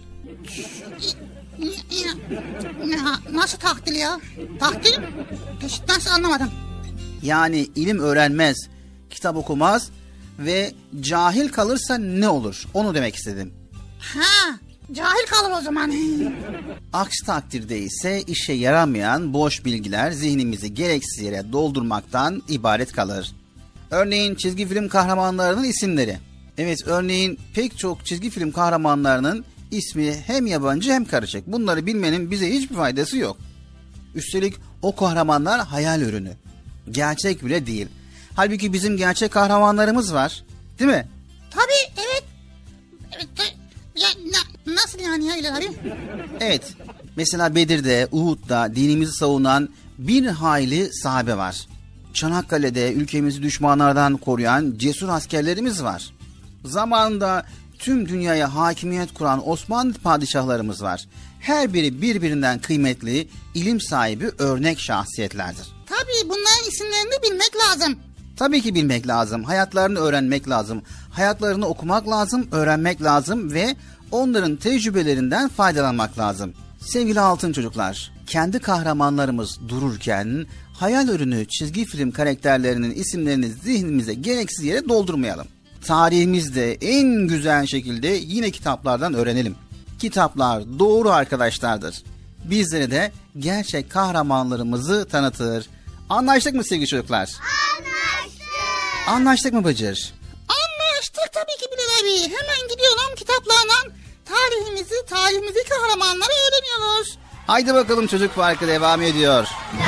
Nasıl takdir ya? Takdir? Nasıl anlamadım? Yani ilim öğrenmez, kitap okumaz ve cahil kalırsa ne olur? Onu demek istedim. Ha, cahil kalır o zaman. Aksi takdirde ise işe yaramayan boş bilgiler zihnimizi gereksiz yere doldurmaktan ibaret kalır. Örneğin çizgi film kahramanlarının isimleri. Evet, örneğin pek çok çizgi film kahramanlarının ismi hem yabancı hem karışık. Bunları bilmenin bize hiçbir faydası yok. Üstelik o kahramanlar hayal ürünü. Gerçek bile değil. Halbuki bizim gerçek kahramanlarımız var. Değil mi? Tabii, evet. Evet. Ya, na, nasıl yani ya Bilal abi? Evet. Mesela Bedir'de, Uhud'da dinimizi savunan bir hayli sahabe var. Çanakkale'de ülkemizi düşmanlardan koruyan cesur askerlerimiz var. Zamanında tüm dünyaya hakimiyet kuran Osmanlı padişahlarımız var. Her biri birbirinden kıymetli, ilim sahibi örnek şahsiyetlerdir. Tabii bunların isimlerini bilmek lazım. Tabii ki bilmek lazım. Hayatlarını öğrenmek lazım. Hayatlarını okumak lazım, öğrenmek lazım ve onların tecrübelerinden faydalanmak lazım. Sevgili altın çocuklar, kendi kahramanlarımız dururken hayal ürünü çizgi film karakterlerinin isimlerini zihnimize gereksiz yere doldurmayalım. Tarihimizde en güzel şekilde yine kitaplardan öğrenelim. Kitaplar doğru arkadaşlardır. Bizlere de gerçek kahramanlarımızı tanıtır. Anlaştık mı sevgili çocuklar? Anlaştık. Anlaştık mı Bıcır? Anlaştık tabii ki Bilal abi. Hemen gidiyorum kitaplardan tarihimizi, tarihimizi kahramanları öğreniyoruz. Haydi bakalım Çocuk Parkı devam ediyor.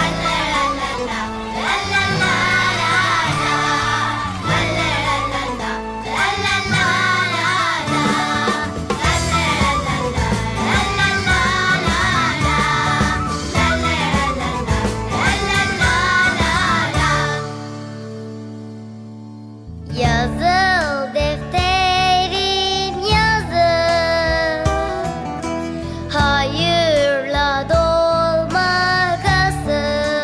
Yazıl defterim yazıl, hayırla dolmak asıl.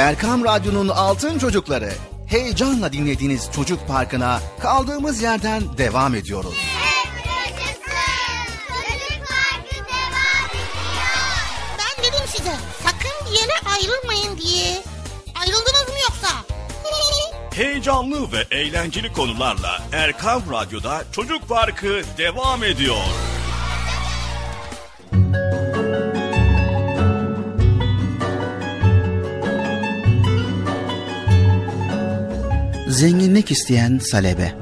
Erkam Radyo'nun Altın Çocukları. Heyecanla dinlediğiniz Çocuk Parkı'na kaldığımız yerden devam ediyoruz. Ben dedim size sakın bir yere ayrılmayın diye. Ayrıldınız mı yoksa? Heyecanlı ve eğlenceli konularla Erkam Radyo'da Çocuk Parkı devam ediyor. Zenginlik isteyen Salebe.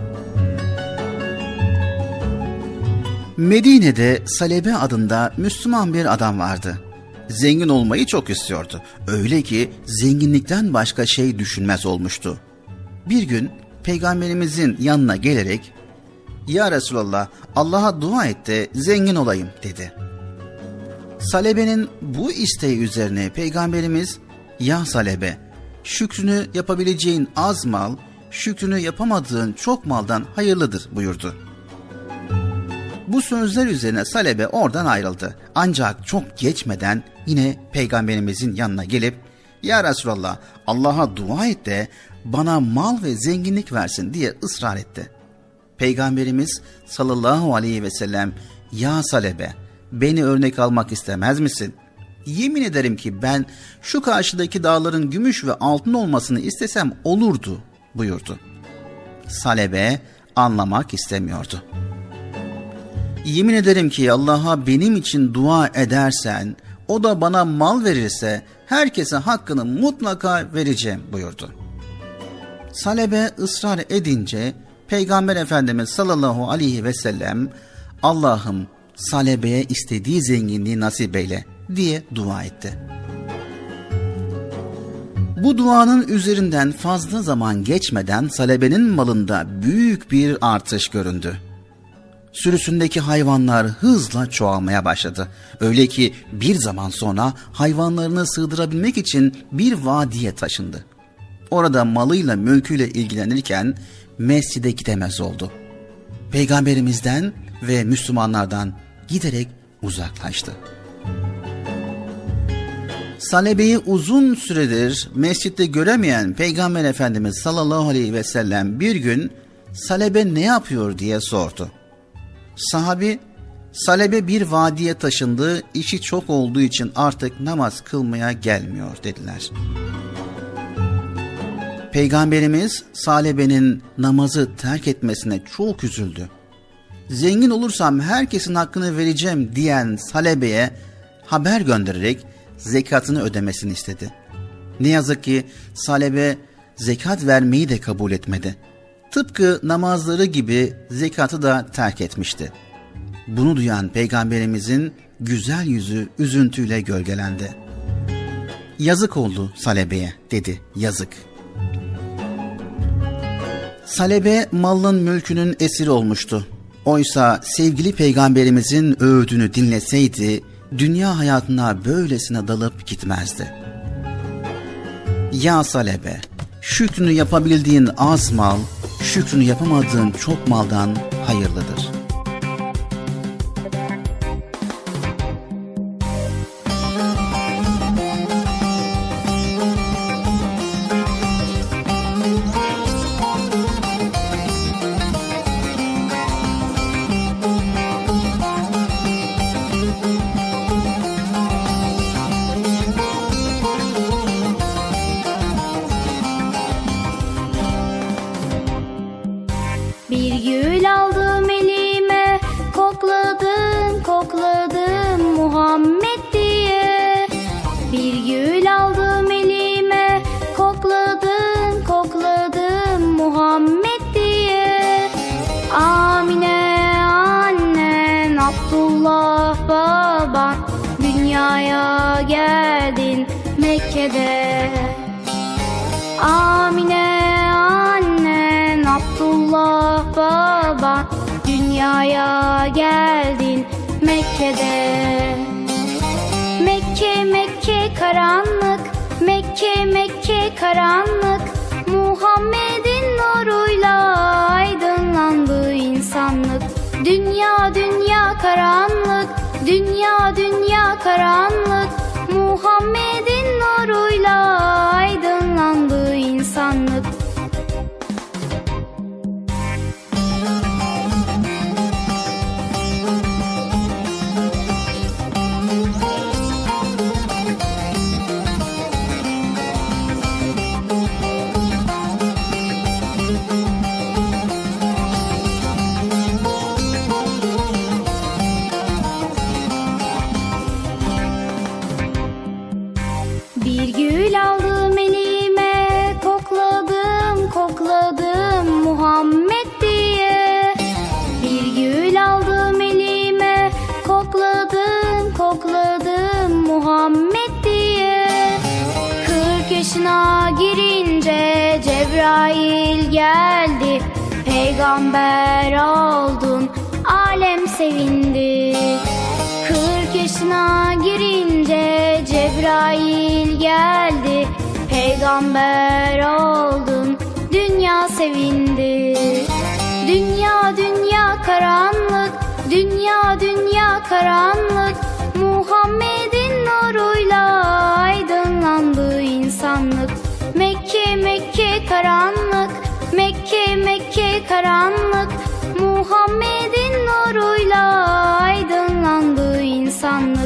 Medine'de Salebe adında Müslüman bir adam vardı. Zengin olmayı çok istiyordu. Öyle ki zenginlikten başka şey düşünmez olmuştu. Bir gün Peygamberimizin yanına gelerek "Ya Resulallah, Allah'a dua et de zengin olayım" dedi. Salebe'nin bu isteği üzerine Peygamberimiz "Ya Salebe, şükrünü yapabileceğin az mal, şükrünü yapamadığın çok maldan hayırlıdır" buyurdu. Bu sözler üzerine Salebe oradan ayrıldı. Ancak çok geçmeden yine Peygamberimizin yanına gelip "Ya Resulallah, Allah'a dua et de bana mal ve zenginlik versin" diye ısrar etti. Peygamberimiz sallallahu aleyhi ve sellem "Ya Salebe, beni örnek almak istemez misin? Yemin ederim ki ben şu karşıdaki dağların gümüş ve altın olmasını istesem olurdu" buyurdu. Salebe anlamak istemiyordu. "Yemin ederim ki Allah'a benim için dua edersen, o da bana mal verirse herkese hakkını mutlaka vereceğim" buyurdu. Salebe ısrar edince Peygamber Efendimiz sallallahu aleyhi ve sellem "Allah'ım Salebe'ye istediği zenginliği nasip eyle" diye dua etti. Bu duanın üzerinden fazla zaman geçmeden Salebe'nin malında büyük bir artış göründü. Sürüsündeki hayvanlar hızla çoğalmaya başladı. Öyle ki bir zaman sonra hayvanlarını sığdırabilmek için bir vadiye taşındı. Orada malıyla mülküyle ilgilenirken mescide gidemez oldu. Peygamberimizden ve Müslümanlardan giderek uzaklaştı. Salebe'yi uzun süredir mescitte göremeyen Peygamber Efendimiz sallallahu aleyhi ve sellem bir gün "Salebe ne yapıyor?" diye sordu. Sahabi "Salebe bir vadiye taşındı, işi çok olduğu için artık namaz kılmaya gelmiyor" dediler. Peygamberimiz Salebe'nin namazı terk etmesine çok üzüldü. "Zengin olursam herkesin hakkını vereceğim" diyen Salebe'ye haber göndererek zekatını ödemesini istedi. Ne yazık ki Salebe zekat vermeyi de kabul etmedi. Tıpkı namazları gibi zekatı da terk etmişti. Bunu duyan Peygamberimizin güzel yüzü üzüntüyle gölgelendi. "Yazık oldu Salebe'ye" dedi, "yazık." Salebe malının mülkünün esiri olmuştu. Oysa sevgili Peygamberimizin öğüdünü dinleseydi dünya hayatına böylesine dalıp gitmezdi. "Ya Salebe, şükrünü yapabildiğin az mal, şükrünü yapamadığın çok maldan hayırlıdır." Bir gül aldım elime, kokladım kokladım Muhammed diye. Bir gül aldım elime, kokladım kokladım Muhammed diye. Amine annen, Abdullah baban, dünyaya geldin Mekke'de. Amine annen, Abdullah baban, dünyaya geldin Mekke'de. Mekke Mekke karanlık, Mekke Mekke karanlık, Muhammed'in nuruyla aydınlandı insanlık. Dünya dünya karanlık, dünya dünya karanlık, Muhammed'in nuruyla aydınlandı Cebrail geldi, peygamber oldun, alem sevindi. Kırk yaşına girince Cebrail geldi, peygamber oldun, dünya sevindi. Dünya dünya karanlık, dünya dünya karanlık, Muhammed'in nuruyla aydınlandı insanlık. Mekke Mekke karanlık, Mekke Mekke karanlık, Muhammed'in nuruyla aydınlandı insanlık.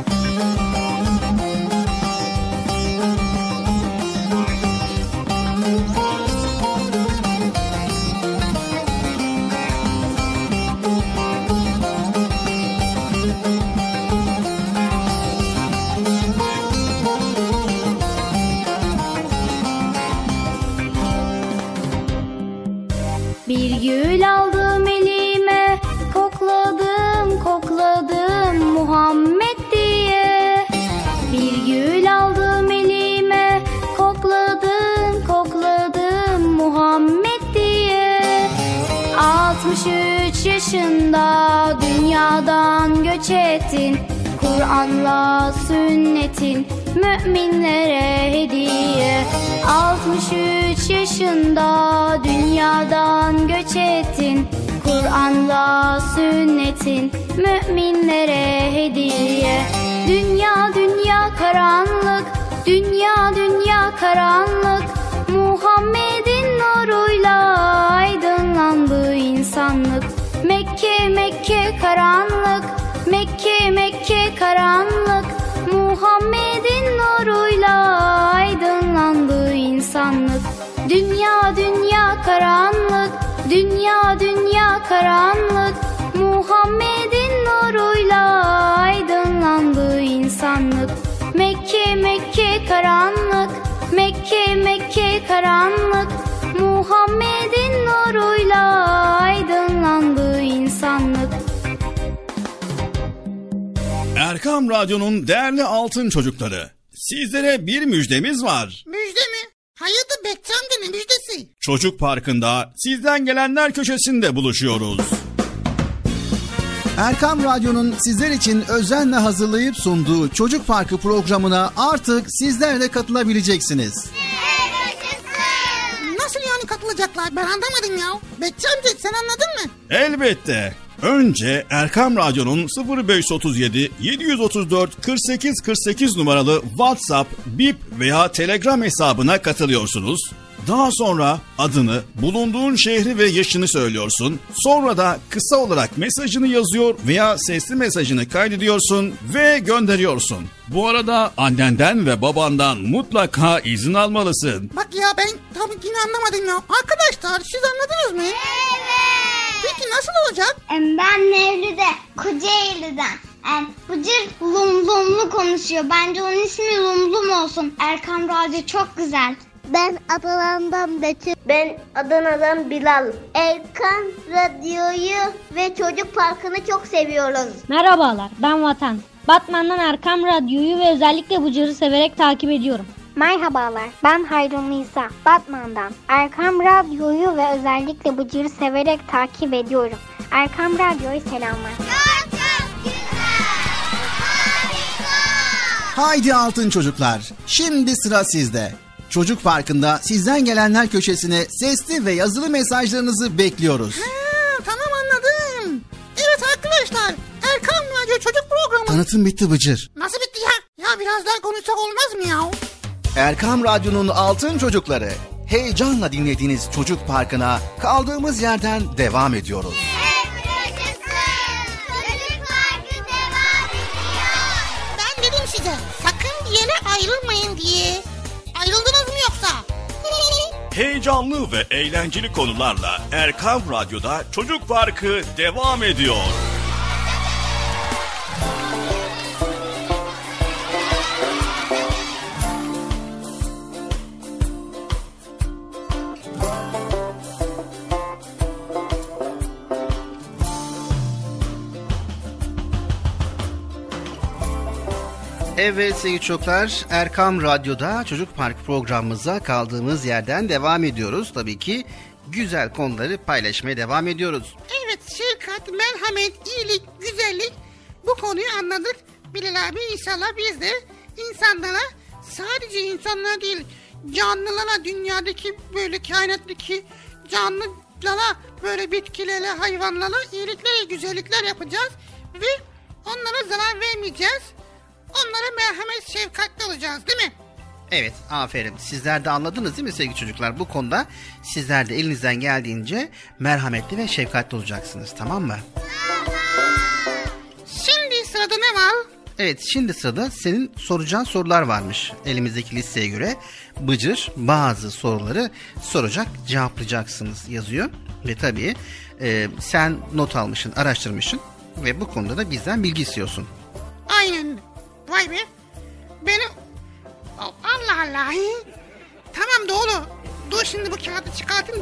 Bir gül aldım elime, kokladım kokladım Muhammed diye. Bir gül aldım elime, kokladım kokladım Muhammed diye. altmış üç yaşında dünyadan göç ettin, Kur'an'la sünnetin müminlere hediye. altmış üç yaşında dünyadan göç ettin, Kur'an'la sünnetin müminlere hediye. Dünya dünya karanlık, dünya dünya karanlık, Muhammed'in nuruyla aydınlandı insanlık. Mekke Mekke karanlık, Mekke Mekke karanlık, Muhammed'in nuruyla aydınlandı insanlık. Dünya dünya karanlık, dünya dünya karanlık, Muhammed'in nuruyla aydınlandı insanlık. Mekke Mekke karanlık, Mekke Mekke karanlık, Muhammed'in nuruyla aydınlandı insanlık. Erkam Radyo'nun değerli altın çocukları, sizlere bir müjdemiz var. Müjde mi? Hayırdır Bekçi amca, ne müjdesi? Çocuk Parkı'nda sizden gelenler köşesinde buluşuyoruz. Erkam Radyo'nun sizler için özenle hazırlayıp sunduğu Çocuk Parkı programına artık sizler de katılabileceksiniz. Nasıl yani katılacaklar? Ben anlamadım ya. Bekçi amca, sen anladın mı? Elbette. Önce Erkam Radyo'nun sıfır beş otuz yedi yedi otuz dört kırk sekiz kırk sekiz numaralı WhatsApp, Bip veya Telegram hesabına katılıyorsunuz. Daha sonra adını, bulunduğun şehri ve yaşını söylüyorsun. Sonra da kısa olarak mesajını yazıyor veya sesli mesajını kaydediyorsun ve gönderiyorsun. Bu arada annenden ve babandan mutlaka izin almalısın. Bak ya, ben tabii yine anlamadım ya. Arkadaşlar, siz anladınız mı? Evet. Peki nasıl olacak? Ben Mevlüt'e Kocaeli'den. Yani Bıcır Lumlumlu konuşuyor. Bence onun ismi Lumlum olsun. Erkam Radyo çok güzel. Ben Adana'dan Betül. Ben Adana'dan Bilal. Erkam Radyo'yu ve Çocuk Parkı'nı çok seviyoruz. Merhabalar, ben Vatan. Batman'dan Erkam Radyo'yu ve özellikle Bıcır'ı severek takip ediyorum. Merhabalar, ben Hayrun Nisa, Batman'dan. Erkam Radyo'yu ve özellikle Bıcır'ı severek takip ediyorum. Erkam Radyo'ya selamlar. Haydi altın çocuklar, şimdi sıra sizde. Çocuk Parkı'nda sizden gelenler köşesine sesli ve yazılı mesajlarınızı bekliyoruz. Ha, tamam, anladım. Evet arkadaşlar, Erkam Radyo Çocuk Programı. Tanıtım bitti Bıcır. Nasıl bitti ya? Ya biraz daha konuşsak olmaz mı ya? Erkam Radyo'nun altın çocukları, heyecanla dinlediğiniz Çocuk Parkı'na kaldığımız yerden devam ediyoruz. Ben dedim size, sakın bir yere ayrılmayın diye. Ayrıldınız mı yoksa? Heyecanlı ve eğlenceli konularla Erkam Radyo'da Çocuk Parkı devam ediyor. Evet sevgili çocuklar, Erkam Radyo'da Çocuk Park programımıza kaldığımız yerden devam ediyoruz. Tabii ki güzel konuları paylaşmaya devam ediyoruz. Evet, şefkat, merhamet, iyilik, güzellik, bu konuyu anladık. Bilal abi, inşallah biz de insanlara, sadece insanlara değil, canlılara, dünyadaki böyle kainattaki canlılara, böyle bitkilere, hayvanlara iyilikler, güzellikler yapacağız ve onlara zarar vermeyeceğiz. Onlara merhamet, şefkatli olacağız, değil mi? Evet, aferin. Sizler de anladınız değil mi sevgili çocuklar? Bu konuda sizler de elinizden geldiğince merhametli ve şefkatli olacaksınız, tamam mı? Şimdi sırada ne var? Evet, şimdi sırada senin soracağın sorular varmış. Elimizdeki listeye göre Bıcır bazı soruları soracak, cevaplayacaksınız yazıyor. Ve tabii e, sen not almışsın, araştırmışsın ve bu konuda da bizden bilgi istiyorsun. Aynen. Vay be. Beni... Allah Allah. Tamam, doğru. Dur şimdi bu kağıdı çıkartayım da.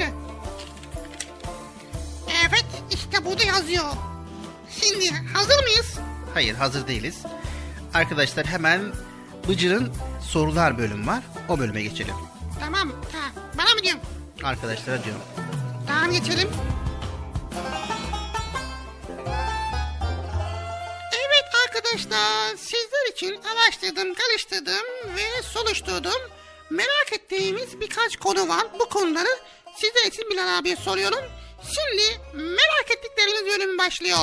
Evet, işte burada yazıyor. Şimdi hazır mıyız? Hayır, hazır değiliz. Arkadaşlar hemen Bıcır'ın sorular bölümü var. O bölüme geçelim. Tamam, tamam. Bana mı diyorum? Arkadaşlara diyorum. Tamam, geçelim. Evet arkadaşlar, sizler için araştırdım, karıştırdım ve soruşturdum. Merak ettiğimiz birkaç konu var. Bu konuları sizler için Bilal abiye soruyorum. Şimdi merak ettikleriniz bölümü başlıyor.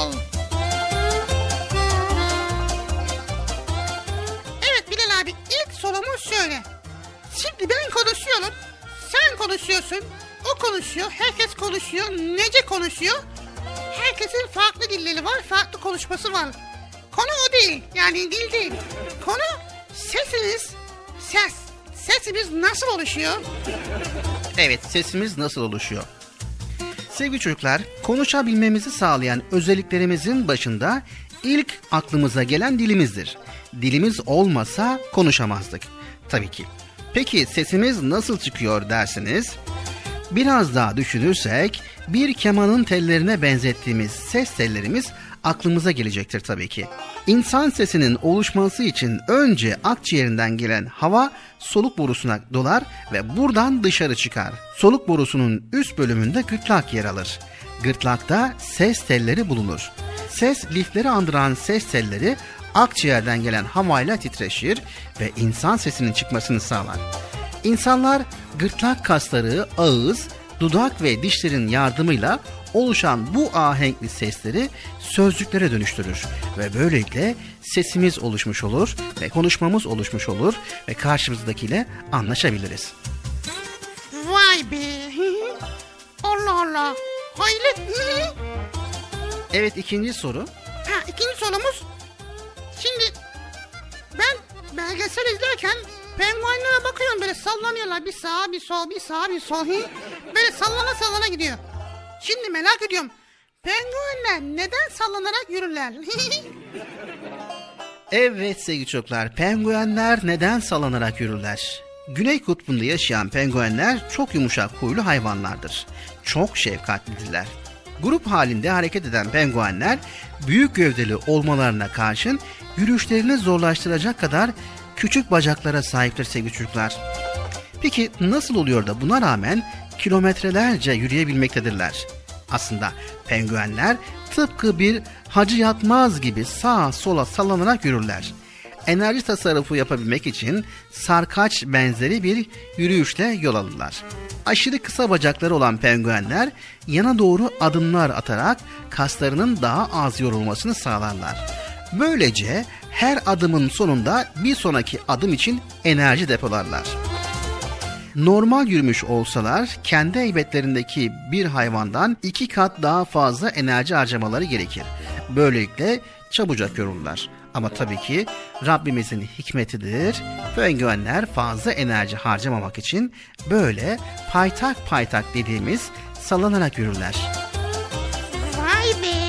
Evet Bilal abi, ilk sorumuz şöyle. Şimdi ben konuşuyorum, sen konuşuyorsun, o konuşuyor, herkes konuşuyor, nece konuşuyor. Herkesin farklı dilleri var, farklı konuşması var. Konu o değil, yani dil değil. Konu sesiniz, ses. Sesimiz nasıl oluşuyor? Evet, sesimiz nasıl oluşuyor? Sevgili çocuklar, konuşabilmemizi sağlayan özelliklerimizin başında ilk aklımıza gelen dilimizdir. Dilimiz olmasa konuşamazdık. Tabii ki. Peki sesimiz nasıl çıkıyor dersiniz? Biraz daha düşünürsek bir kemanın tellerine benzettiğimiz ses tellerimiz aklımıza gelecektir tabii ki. İnsan sesinin oluşması için önce akciğerinden gelen hava soluk borusuna dolar ve buradan dışarı çıkar. Soluk borusunun üst bölümünde gırtlak yer alır. Gırtlakta ses telleri bulunur. Ses lifleri andıran ses telleri akciğerden gelen havayla titreşir ve insan sesinin çıkmasını sağlar. İnsanlar gırtlak kasları, ağız, dudak ve dişlerin yardımıyla oluşan bu ahenkli sesleri sözcüklere dönüştürür ve böylelikle sesimiz oluşmuş olur ve konuşmamız oluşmuş olur ve karşımızdakiyle anlaşabiliriz. Vay be! Allah Allah! Hayret! Evet, ikinci soru. Ha, ikinci sorumuz. Şimdi ben belgesel izlerken penguenlere bakıyorum, böyle sallanıyorlar, bir sağa bir sol, bir sağa bir sol. Böyle sallana sallana gidiyor. Şimdi merak ediyorum, penguenler neden sallanarak yürürler? Evet sevgili çocuklar, penguenler neden sallanarak yürürler? Güney kutbunda yaşayan penguenler çok yumuşak huylu hayvanlardır. Çok şefkatlidirler. Grup halinde hareket eden penguenler büyük gövdeli olmalarına karşın yürüyüşlerini zorlaştıracak kadar küçük bacaklara sahiptir sevgili çocuklar. Peki nasıl oluyor da buna rağmen kilometrelerce yürüyebilmektedirler? Aslında penguenler tıpkı bir Hacı Yatmaz gibi sağa sola sallanarak yürürler. Enerji tasarrufu yapabilmek için sarkaç benzeri bir yürüyüşle yol alırlar. Aşırı kısa bacakları olan penguenler yana doğru adımlar atarak kaslarının daha az yorulmasını sağlarlar. Böylece her adımın sonunda bir sonraki adım için enerji depolarlar. Normal yürümüş olsalar kendi heybetlerindeki bir hayvandan iki kat daha fazla enerji harcamaları gerekir. Böylelikle çabucak yorulurlar. Ama tabii ki Rabbimizin hikmetidir. Penguenler fazla enerji harcamamak için böyle paytak paytak dediğimiz sallanarak yürürler. Vay be!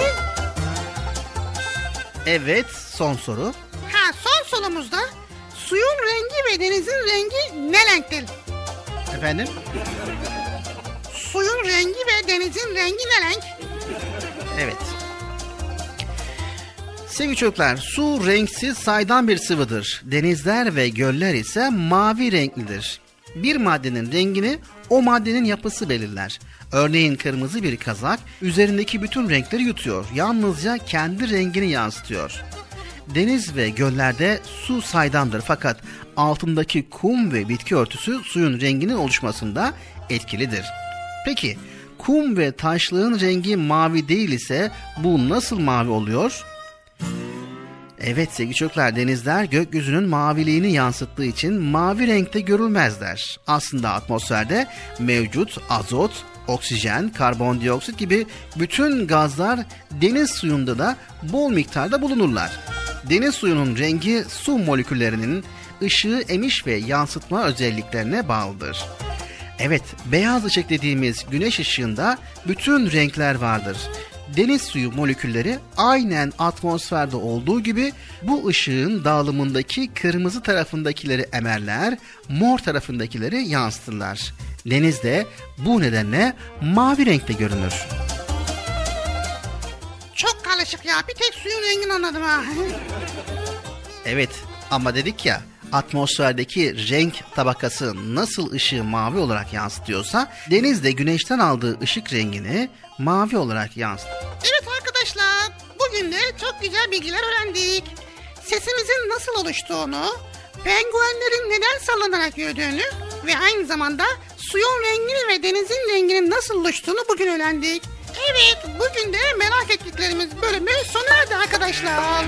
Evet, son soru. Ha, son sorumuzda suyun rengi ve denizin rengi ne renktir? Efendim? Suyun rengi ve denizin rengi ne renk? Evet. Sevgili çocuklar, su renksiz saydam bir sıvıdır. Denizler ve göller ise mavi renklidir. Bir maddenin rengini o maddenin yapısı belirler. Örneğin kırmızı bir kazak üzerindeki bütün renkleri yutuyor. Yalnızca kendi rengini yansıtıyor. Deniz ve göllerde su saydamdır fakat altındaki kum ve bitki örtüsü suyun renginin oluşmasında etkilidir. Peki kum ve taşlığın rengi mavi değil ise bu nasıl mavi oluyor? Evet sevgili çocuklar, denizler gökyüzünün maviliğini yansıttığı için mavi renkte görülmezler. Aslında atmosferde mevcut azot, oksijen, karbondioksit gibi bütün gazlar deniz suyunda da bol miktarda bulunurlar. Deniz suyunun rengi su moleküllerinin ışığı emiş ve yansıtma özelliklerine bağlıdır. Evet, beyaz ışık dediğimiz güneş ışığında bütün renkler vardır. Deniz suyu molekülleri aynen atmosferde olduğu gibi bu ışığın dağılımındaki kırmızı tarafındakileri emerler, mor tarafındakileri yansıtırlar. Deniz de bu nedenle mavi renkte görünür. Çok karışık ya. Bir tek suyun rengini anladım ha. Evet ama dedik ya, atmosferdeki renk tabakası nasıl ışığı mavi olarak yansıtıyorsa deniz de güneşten aldığı ışık rengini mavi olarak yansıtır. Evet arkadaşlar, bugün de çok güzel bilgiler öğrendik. Sesimizin nasıl oluştuğunu, penguenlerin neden sallanarak yürüdüğünü ve aynı zamanda suyun rengini ve denizin renginin nasıl oluştuğunu bugün öğrendik. Evet, bugün de merak ettiklerimiz bölümü sona erdi arkadaşlar.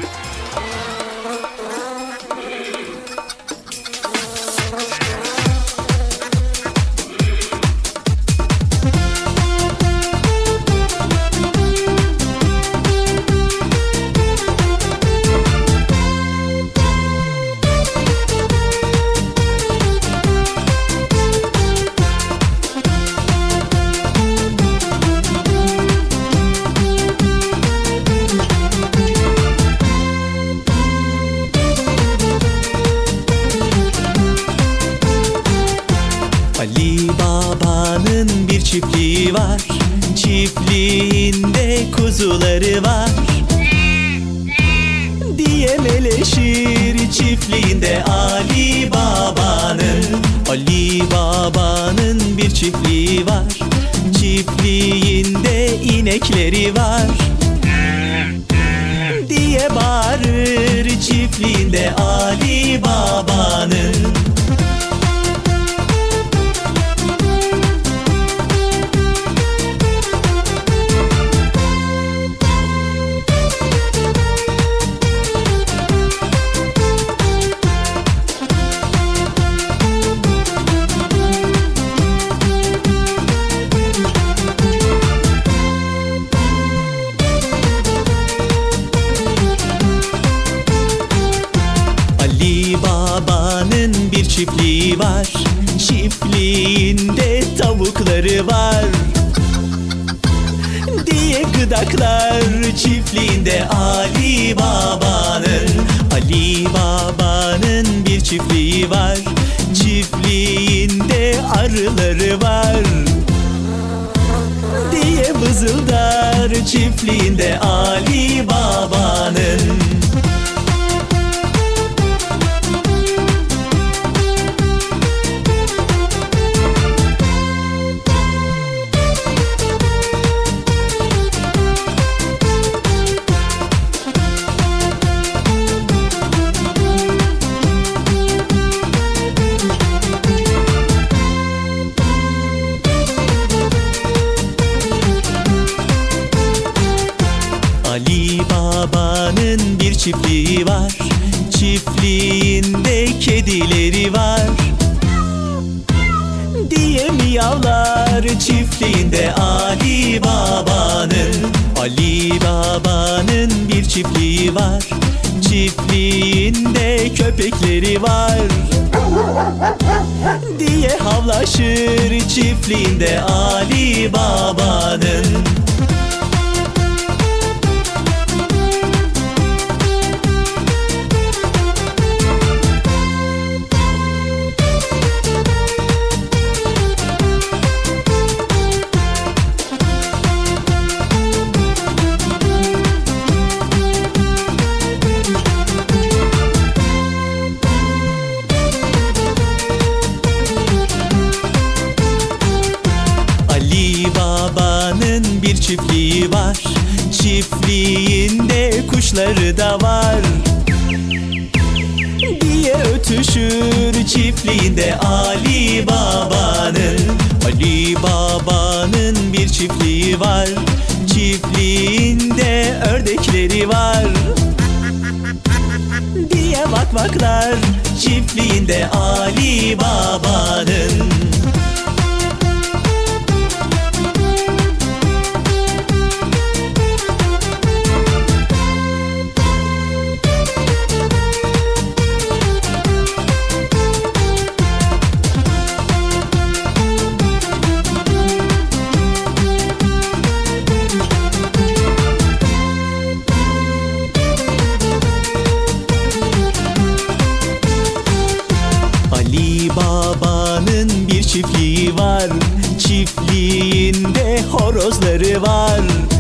Çiftliği var, çiftliğinde kuzuları var diye meleşir çiftliğinde Ali Baba'nın. Ali Baba'nın bir çiftliği var, çiftliğinde inekleri var diye bağırır çiftliğinde Ali Baba'nın. Çiftliği var, çiftliğinde tavukları var diye gıdaklar çiftliğinde Ali Baba'nın. Ali Baba'nın bir çiftliği var, çiftliğinde arıları var diye vızıldar çiftliğinde Ali Baba'nın. Çiftliği var, çiftliğinde kedileri var diye miyavlar çiftliğinde Ali Baba'nın. Ali Baba'nın bir çiftliği var, çiftliğinde köpekleri var diye havlaşır çiftliğinde Ali Baba'nın. bir çiftliği var. Çiftliğinde kuşları da var diye ötüşür çiftliğinde Ali Baba'nın. Ali Baba'nın bir çiftliği var. Çiftliğinde ördekleri var diye vak vaklar çiftliğinde Ali Baba'nın. Baba'nın bir çiftliği var. Çiftliğinde horozları var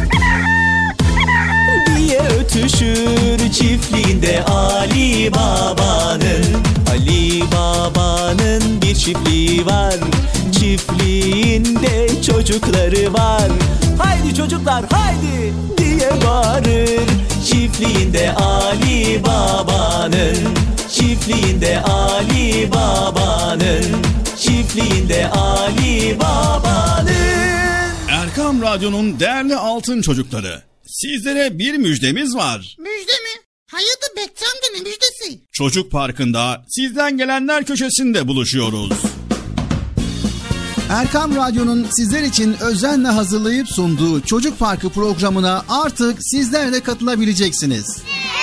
diye ötüşür çiftliğinde Ali Baba'nın. Ali Baba'nın bir çiftliği var. Çiftliğinde çocukları var. Haydi çocuklar haydi diye bağırır çiftliğinde Ali Baba'nın. Çiftliğinde Ali Baba'nın. Çiftliğinde Ali Baba'nın. Erkam Radyo'nun değerli altın çocukları, sizlere bir müjdemiz var. Müjde mi? Hayırdır Bekçi amca, ne müjdesi? Çocuk Parkı'nda sizden gelenler köşesinde buluşuyoruz. Erkam Radyo'nun sizler için özenle hazırlayıp sunduğu Çocuk Parkı programına artık sizler de katılabileceksiniz.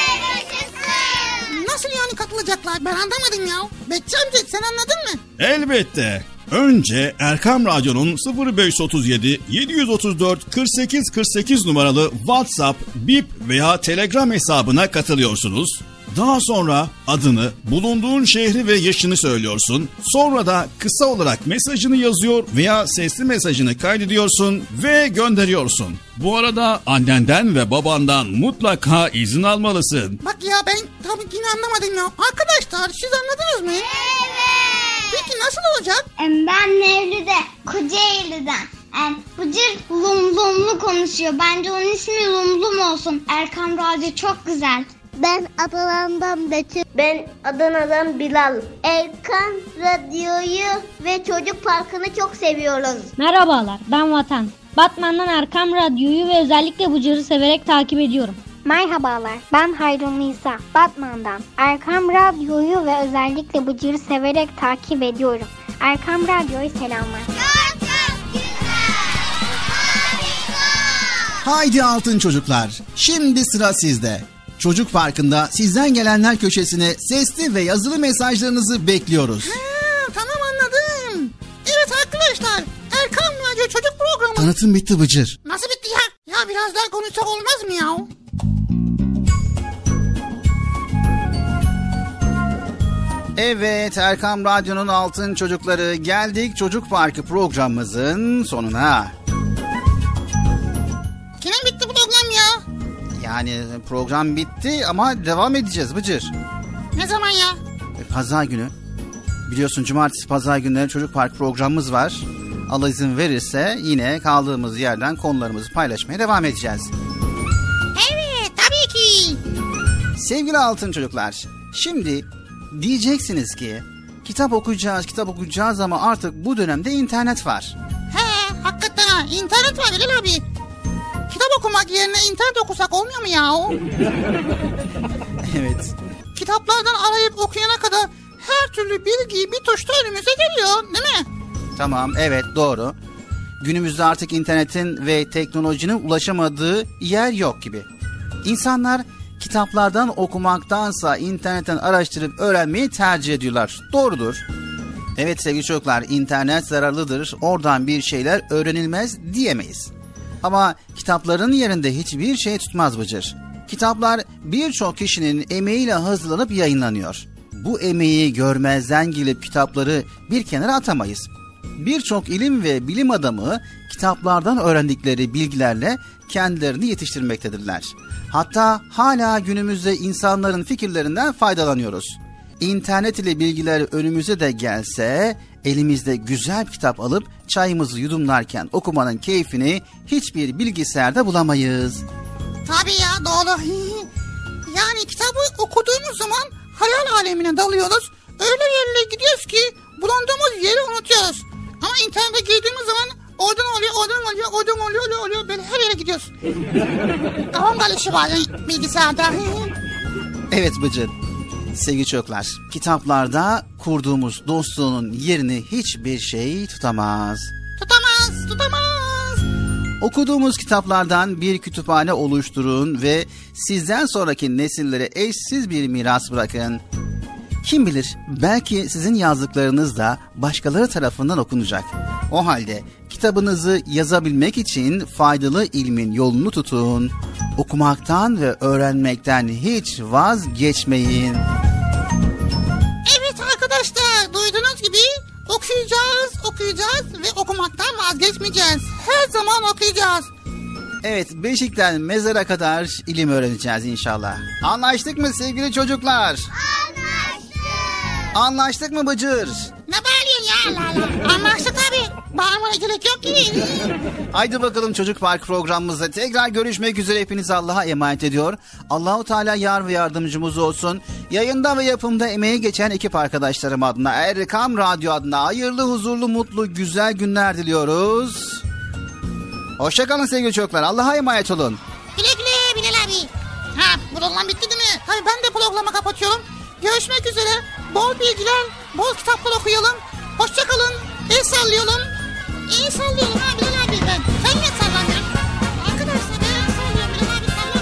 Nasıl yani katılacaklar? Ben anlamadım ya. Bekçi amca sen anladın mı? Elbette. Önce Erkam Radyo'nun sıfır beş otuz yedi yedi otuz dört kırk sekiz kırk sekiz numaralı WhatsApp, Bip veya Telegram hesabına katılıyorsunuz. Daha sonra adını, bulunduğun şehri ve yaşını söylüyorsun. Sonra da kısa olarak mesajını yazıyor veya sesli mesajını kaydediyorsun ve gönderiyorsun. Bu arada annenden ve babandan mutlaka izin almalısın. Bak ya ben tabii yine anlamadım ya. Arkadaşlar siz anladınız mı? Evet. Peki nasıl olacak? Ben Mevlüt'e Kocaeli'den. Yani Bıcır lum lumlu konuşuyor. Bence onun ismi Lumlum olsun. Erkam Radyo çok güzel. Ben Adana'dan Betül. Ben Adana'dan Bilal. Erkam Radyo'yu ve Çocuk Parkı'nı çok seviyoruz. Merhabalar, ben Vatan. Batman'dan Erkam Radyo'yu ve özellikle Bıcır'ı severek takip ediyorum. Merhabalar, ben Hayrun Nisa, Batman'dan. Erkam Radyo'yu ve özellikle Bıcır'ı severek takip ediyorum. Erkam Radyo'yu selamlar. Haydi altın çocuklar, şimdi sıra sizde. Çocuk Parkı'nda sizden gelenler köşesine sesli ve yazılı mesajlarınızı bekliyoruz. Ha, tamam anladım. Evet arkadaşlar, Erkam Radyo Çocuk Programı. Tanıtım bitti Bıcır. Nasıl bitti ya? Ya biraz daha konuşsak olmaz mı ya? Evet, Erkam Radyo'nun altın çocukları, geldik Çocuk Parkı programımızın sonuna. Yine bitti program ya? Yani program bitti ama devam edeceğiz Bıcır. Ne zaman ya? Pazar günü. Biliyorsun cumartesi pazar günleri Çocuk Parkı programımız var. Allah izin verirse yine kaldığımız yerden konularımızı paylaşmaya devam edeceğiz. Evet, tabii ki. Sevgili altın çocuklar, şimdi diyeceksiniz ki kitap okuyacağız, kitap okuyacağız ama artık bu dönemde internet var. He, hakikaten ha, internet var Bilal abi. Kitap okumak yerine internet okusak olmuyor mu ya? Evet. Kitaplardan arayıp okuyana kadar her türlü bilgi bir tuşta önümüze geliyor, değil mi? Tamam, evet doğru. Günümüzde artık internetin ve teknolojinin ulaşamadığı yer yok gibi. İnsanlar kitaplardan okumaktansa internetten araştırıp öğrenmeyi tercih ediyorlar. Doğrudur. Evet sevgili çocuklar, internet zararlıdır. Oradan bir şeyler öğrenilmez diyemeyiz. Ama kitapların yerinde hiçbir şey tutmaz Bıcır. Kitaplar birçok kişinin emeğiyle hazırlanıp yayınlanıyor. Bu emeği görmezden gelip kitapları bir kenara atamayız. Birçok ilim ve bilim adamı kitaplardan öğrendikleri bilgilerle kendilerini yetiştirmektedirler. Hatta hala günümüzde insanların fikirlerinden faydalanıyoruz. İnternet ile bilgiler önümüze de gelse, elimizde güzel bir kitap alıp çayımızı yudumlarken okumanın keyfini hiçbir bilgisayarda bulamayız. Tabii ya, doğru. Yani kitabı okuduğumuz zaman hayal alemine dalıyoruz. Öyle yerlere gidiyoruz ki bulunduğumuz yeri unutuyoruz. Ama internete girdiğimiz zaman oradan oluyor, oradan oluyor, oradan oluyor, oluyor, oluyor. Böyle her yere gidiyoruz. Kafam karışıyor bazen bilgisayarda. Evet Bıcır. Sevgili çocuklar, kitaplarda kurduğumuz dostluğun yerini hiçbir şey tutamaz. Tutamaz, tutamaz. Okuduğumuz kitaplardan bir kütüphane oluşturun ve sizden sonraki nesillere eşsiz bir miras bırakın. Kim bilir, belki sizin yazdıklarınız da başkaları tarafından okunacak. O halde kitabınızı yazabilmek için faydalı ilmin yolunu tutun. Okumaktan ve öğrenmekten hiç vazgeçmeyin. Evet arkadaşlar, duyduğunuz gibi okuyacağız, okuyacağız ve okumaktan vazgeçmeyeceğiz. Her zaman okuyacağız. Evet, beşikten mezara kadar ilim öğreneceğiz inşallah. Anlaştık mı sevgili çocuklar? Anlaştık. Anlaştık mı Bıcır? Ne bağırıyorsun ya? La la. Anlaştık tabii. Bağırmaya gerek yok ki. Haydi bakalım Çocuk Park programımızda tekrar görüşmek üzere, hepinizi Allah'a emanet ediyor. Allahu Teala yar ve yardımcımız olsun. Yayında ve yapımda emeği geçen ekip arkadaşlarım adına, Erkam Radyo adına hayırlı, huzurlu, mutlu, güzel günler diliyoruz. Hoşçakalın sevgili çocuklar. Allah'a emanet olun. Güle güle Bilal abi. Ha, program bitti değil mi? Tabii ben de programı kapatıyorum. Görüşmek üzere. Bol bilgiler, bol kitaplar okuyalım. Hoşçakalın. El sallayalım. İyi sallayalım ha Bilal abi ben. Sen niye sallamıyorsun? Arkadaşlar ben el sallıyorum. Bilal abi sallamıyor.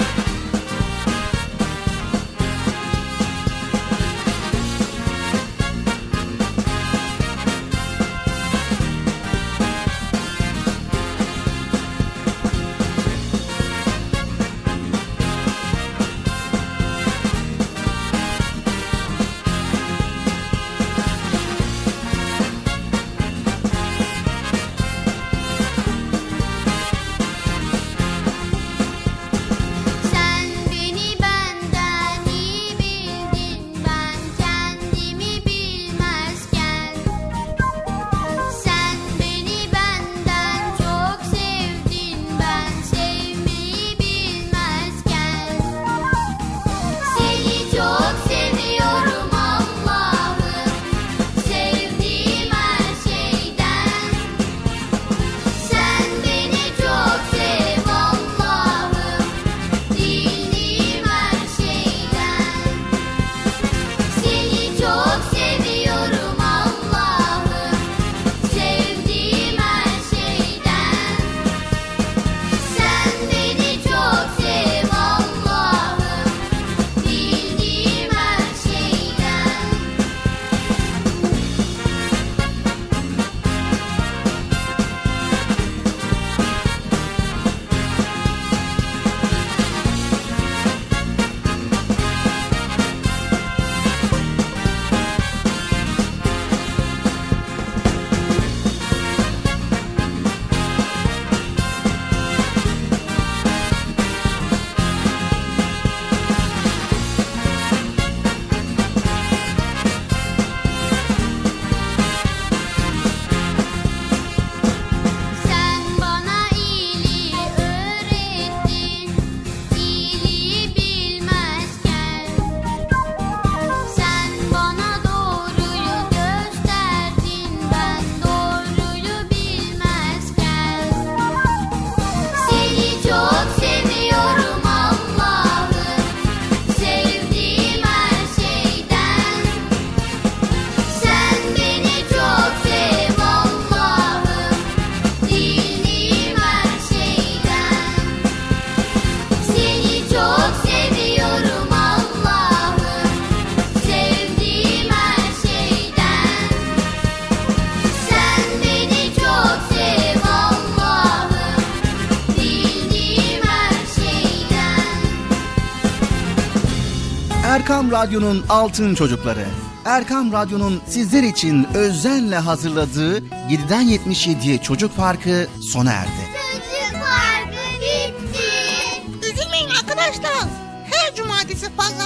Erkam Radyo'nun Altın Çocukları. Erkam Radyo'nun sizler için özenle hazırladığı yediden yetmiş yediye Çocuk Parkı sona erdi. Çocuk Parkı bitti. Üzülmeyin arkadaşlar. Her cumartesi pazar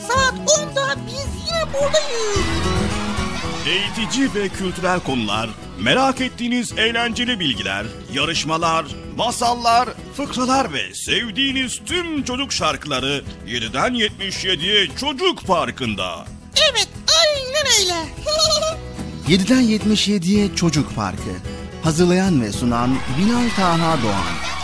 saat onda biz yine buradayız. Eğitici ve kültürel konular, merak ettiğiniz eğlenceli bilgiler, yarışmalar, masallar, fıkralar ve sevdiğiniz tüm çocuk şarkıları yediden yetmiş yediye Çocuk Parkı'nda. Evet, aynen öyle. yediden yetmiş yediye Çocuk Parkı. Hazırlayan ve sunan Binal Taha Doğan.